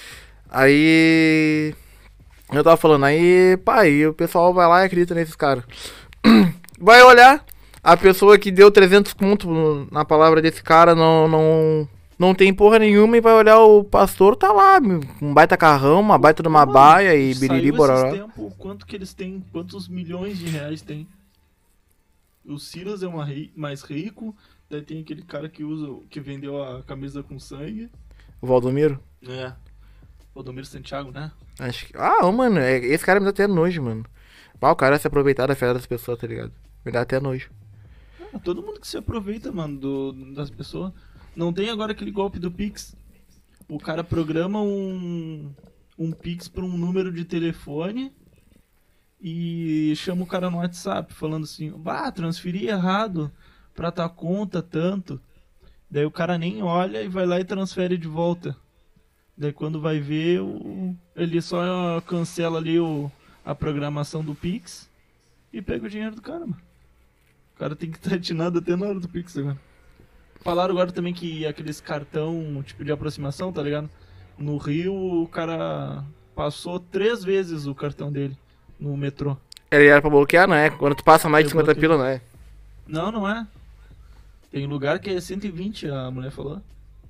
Aí. Eu tava falando, aí, pá, aí o pessoal vai lá e acredita nesses caras. Vai olhar, a pessoa que deu trezentos conto no- na palavra desse cara não, não, não tem porra nenhuma e vai olhar o pastor, tá lá, meu, um baita carrão, uma baita de uma Mano, baia e saiu biriri esses bororó. tempos, quanto que eles têm, quantos milhões de reais tem. O Silas é uma ri- mais rico, daí tem aquele cara que usa, que vendeu a camisa com sangue. O Valdomiro? É. Valdomiro Santiago, né? Acho que... Ah, ô, mano, é- esse cara me dá até nojo, mano. Ah, o cara se aproveitar da fé das pessoas, tá ligado? Me dá até nojo. Ah, todo mundo que se aproveita, mano, do, das pessoas. Não tem agora aquele golpe do Pix. O cara programa um, um Pix pra um número de telefone e chama o cara no WhatsApp falando assim, bah, transferi errado pra tua conta tanto. Daí o cara nem olha e vai lá e transfere de volta. Daí quando vai ver, o, ele só cancela ali o, a programação do Pix e pega o dinheiro do cara, mano. O cara tem que estar atinado até na hora do Pix agora. Falaram agora também que aqueles cartão tipo de aproximação, tá ligado? No Rio o cara passou três vezes o cartão dele no metrô. Ele era pra bloquear, não é? Quando tu passa mais de Eu cinquenta bloqueei. pila, não é? Não, não é. Tem lugar que é cento e vinte, a mulher falou.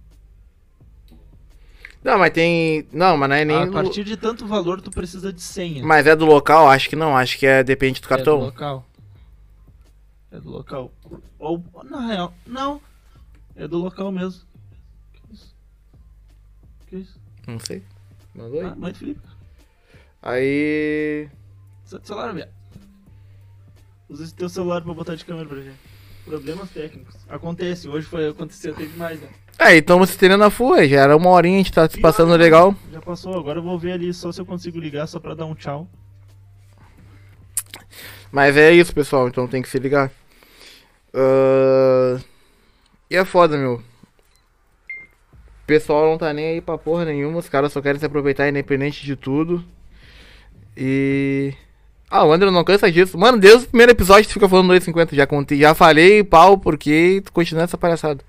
Não, mas tem... Não, mas não é nem... A do- partir de tanto valor tu precisa de senha. Mas é do local? Acho que não, acho que é... Depende do É do cartão. local. É do local. Ou, na real, não. É do local mesmo. Que isso? Que isso? Não sei. Mandou aí. Ah, mãe do Felipe. Aí... Seu celular, viado. Usa esse teu celular pra botar de câmera pra gente. Problemas técnicos. Acontece, hoje foi acontecer até demais, né? É, então se estendendo a full, já era uma horinha, a gente tá se passando legal. Já passou, agora eu vou ver ali só se eu consigo ligar só pra dar um tchau. Mas é isso, pessoal, então tem que se ligar. Ahn, E é foda, meu. O pessoal não tá nem aí pra porra nenhuma, os caras só querem se aproveitar independente de tudo. E... Ah, o André não cansa disso. Mano, desde o primeiro episódio tu fica falando dois e cinquenta, já contei, já falei pau porque tu continua essa palhaçada.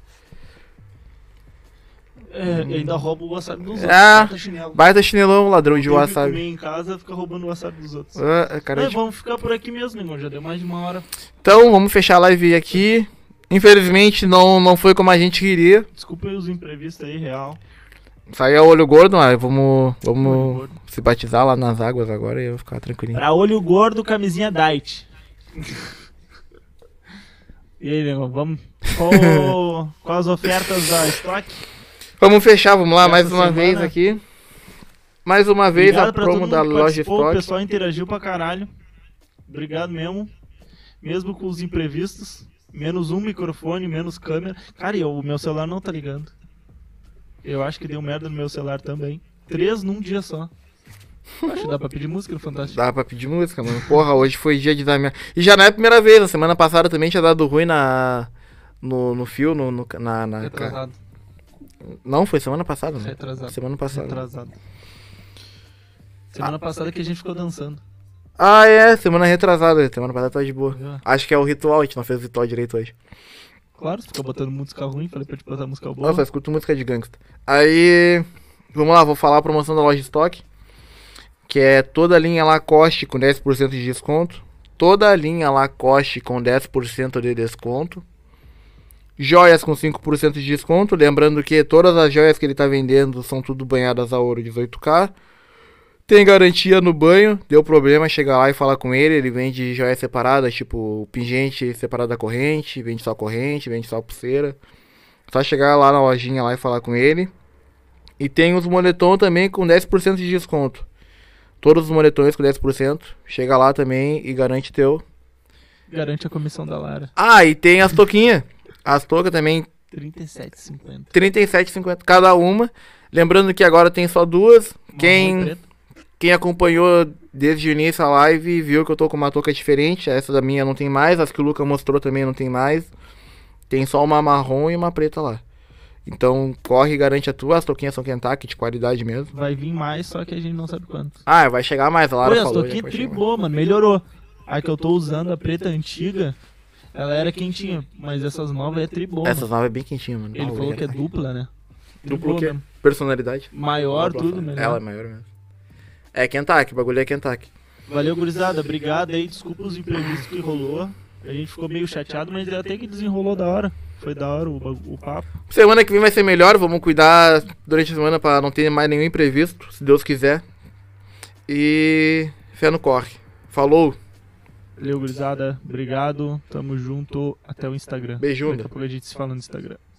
É, e ainda rouba o wasabi dos outros. Ah, bota chinelo. Baita chinelão, ladrão de Tem que wasabi. comer em casa, fica roubando o wasabi dos outros. Ah, cara, Não, de- vamos ficar por aqui mesmo, irmão. Já deu mais de uma hora. Então, vamos fechar a live aqui. Infelizmente não, não foi como a gente queria. Desculpa aí os imprevistos aí, real. Saiu olho gordo, mas vamos, Olho vamos gordo. se batizar lá nas águas agora e eu vou ficar tranquilinho. Pra olho gordo, camisinha diet. E aí, nego, vamos. Qual, qual as ofertas da Stock? Vamos fechar, vamos lá, Essa mais uma semana- vez aqui. Mais uma vez Obrigado a pra todo promo mundo da que loja participou, O Stock. pessoal interagiu pra caralho. Obrigado mesmo. Mesmo com os imprevistos. Menos um microfone, menos câmera. Cara, e o meu celular não tá ligando. Eu acho que deu merda no meu celular também. Três num dia só. Acho que dá pra pedir música no Fantástico. Dá pra pedir música, mano. Porra, hoje foi dia de dar minha... E já não é a primeira vez, na semana passada também tinha dado ruim na... No, no fio, no, no- na... na... Retrasado. Não, foi semana passada, né? Retrasado. Semana passada. Retrasado. Semana passada que a gente ficou dançando. Ah, é, semana retrasada. Semana passada tá de boa. Viu? Acho que é o ritual, a gente não fez o ritual direito hoje. Claro, você fica botando música ruim, falei pra te botar música boa. Nossa, eu escuto música de gangsta. Aí, vamos lá, vou falar a promoção da loja de estoque. Que é toda a linha Lacoste com dez por cento de desconto. Toda a linha Lacoste com dez por cento de desconto. Joias com cinco por cento de desconto. Lembrando que todas as joias que ele tá vendendo são tudo banhadas a ouro dezoito K. Tem garantia no banho. Deu problema, chega lá e fala com ele. Ele vende joias separadas, tipo pingente separado da corrente. Vende só corrente, vende só pulseira. Só chegar lá na lojinha lá e falar com ele. E tem os moletom também com dez por cento de desconto. Todos os moletões com dez por cento. Chega lá também e garante teu. Garante a comissão da Lara. Ah, e tem as touquinhas. As toucas também, trinta e sete e cinquenta. trinta e sete e cinquenta cada uma. Lembrando que agora tem só duas. Quem, quem acompanhou desde o início a live viu que eu tô com uma touca diferente. Essa da minha não tem mais. As que o Luca mostrou também não tem mais. Tem só uma marrom e uma preta lá. Então corre e garante a tua. As touquinhas são Kentucky, de qualidade mesmo. Vai vir mais, só que a gente não sabe quanto. Ah, vai chegar mais. A Lara Oi, as falou. já touquinhas que vai chegar mais. tribou, mano. Melhorou. A que eu tô usando, a preta antiga, ela era quentinha. Mas essas novas é tribou, Essas mano. novas é bem quentinha, mano. Ele Ah, falou que é cara. dupla, né? Duplo Tribou o quê? mesmo. Personalidade. Maior, Dupla tudo, fala. melhor. Ela é maior mesmo. É Kentucky, o bagulho é Kentucky. Valeu, gurizada. Obrigado aí. Desculpa os imprevistos que rolou. A gente ficou meio chateado, mas até que desenrolou da hora. Foi da hora o, o papo. Semana que vem vai ser melhor, vamos cuidar durante a semana pra não ter mais nenhum imprevisto, se Deus quiser. E fé no corre. Falou, Valeu, gurizada. Obrigado. Tamo junto. Até o Instagram. Beijunda. Daqui a pouco a gente se fala no Instagram.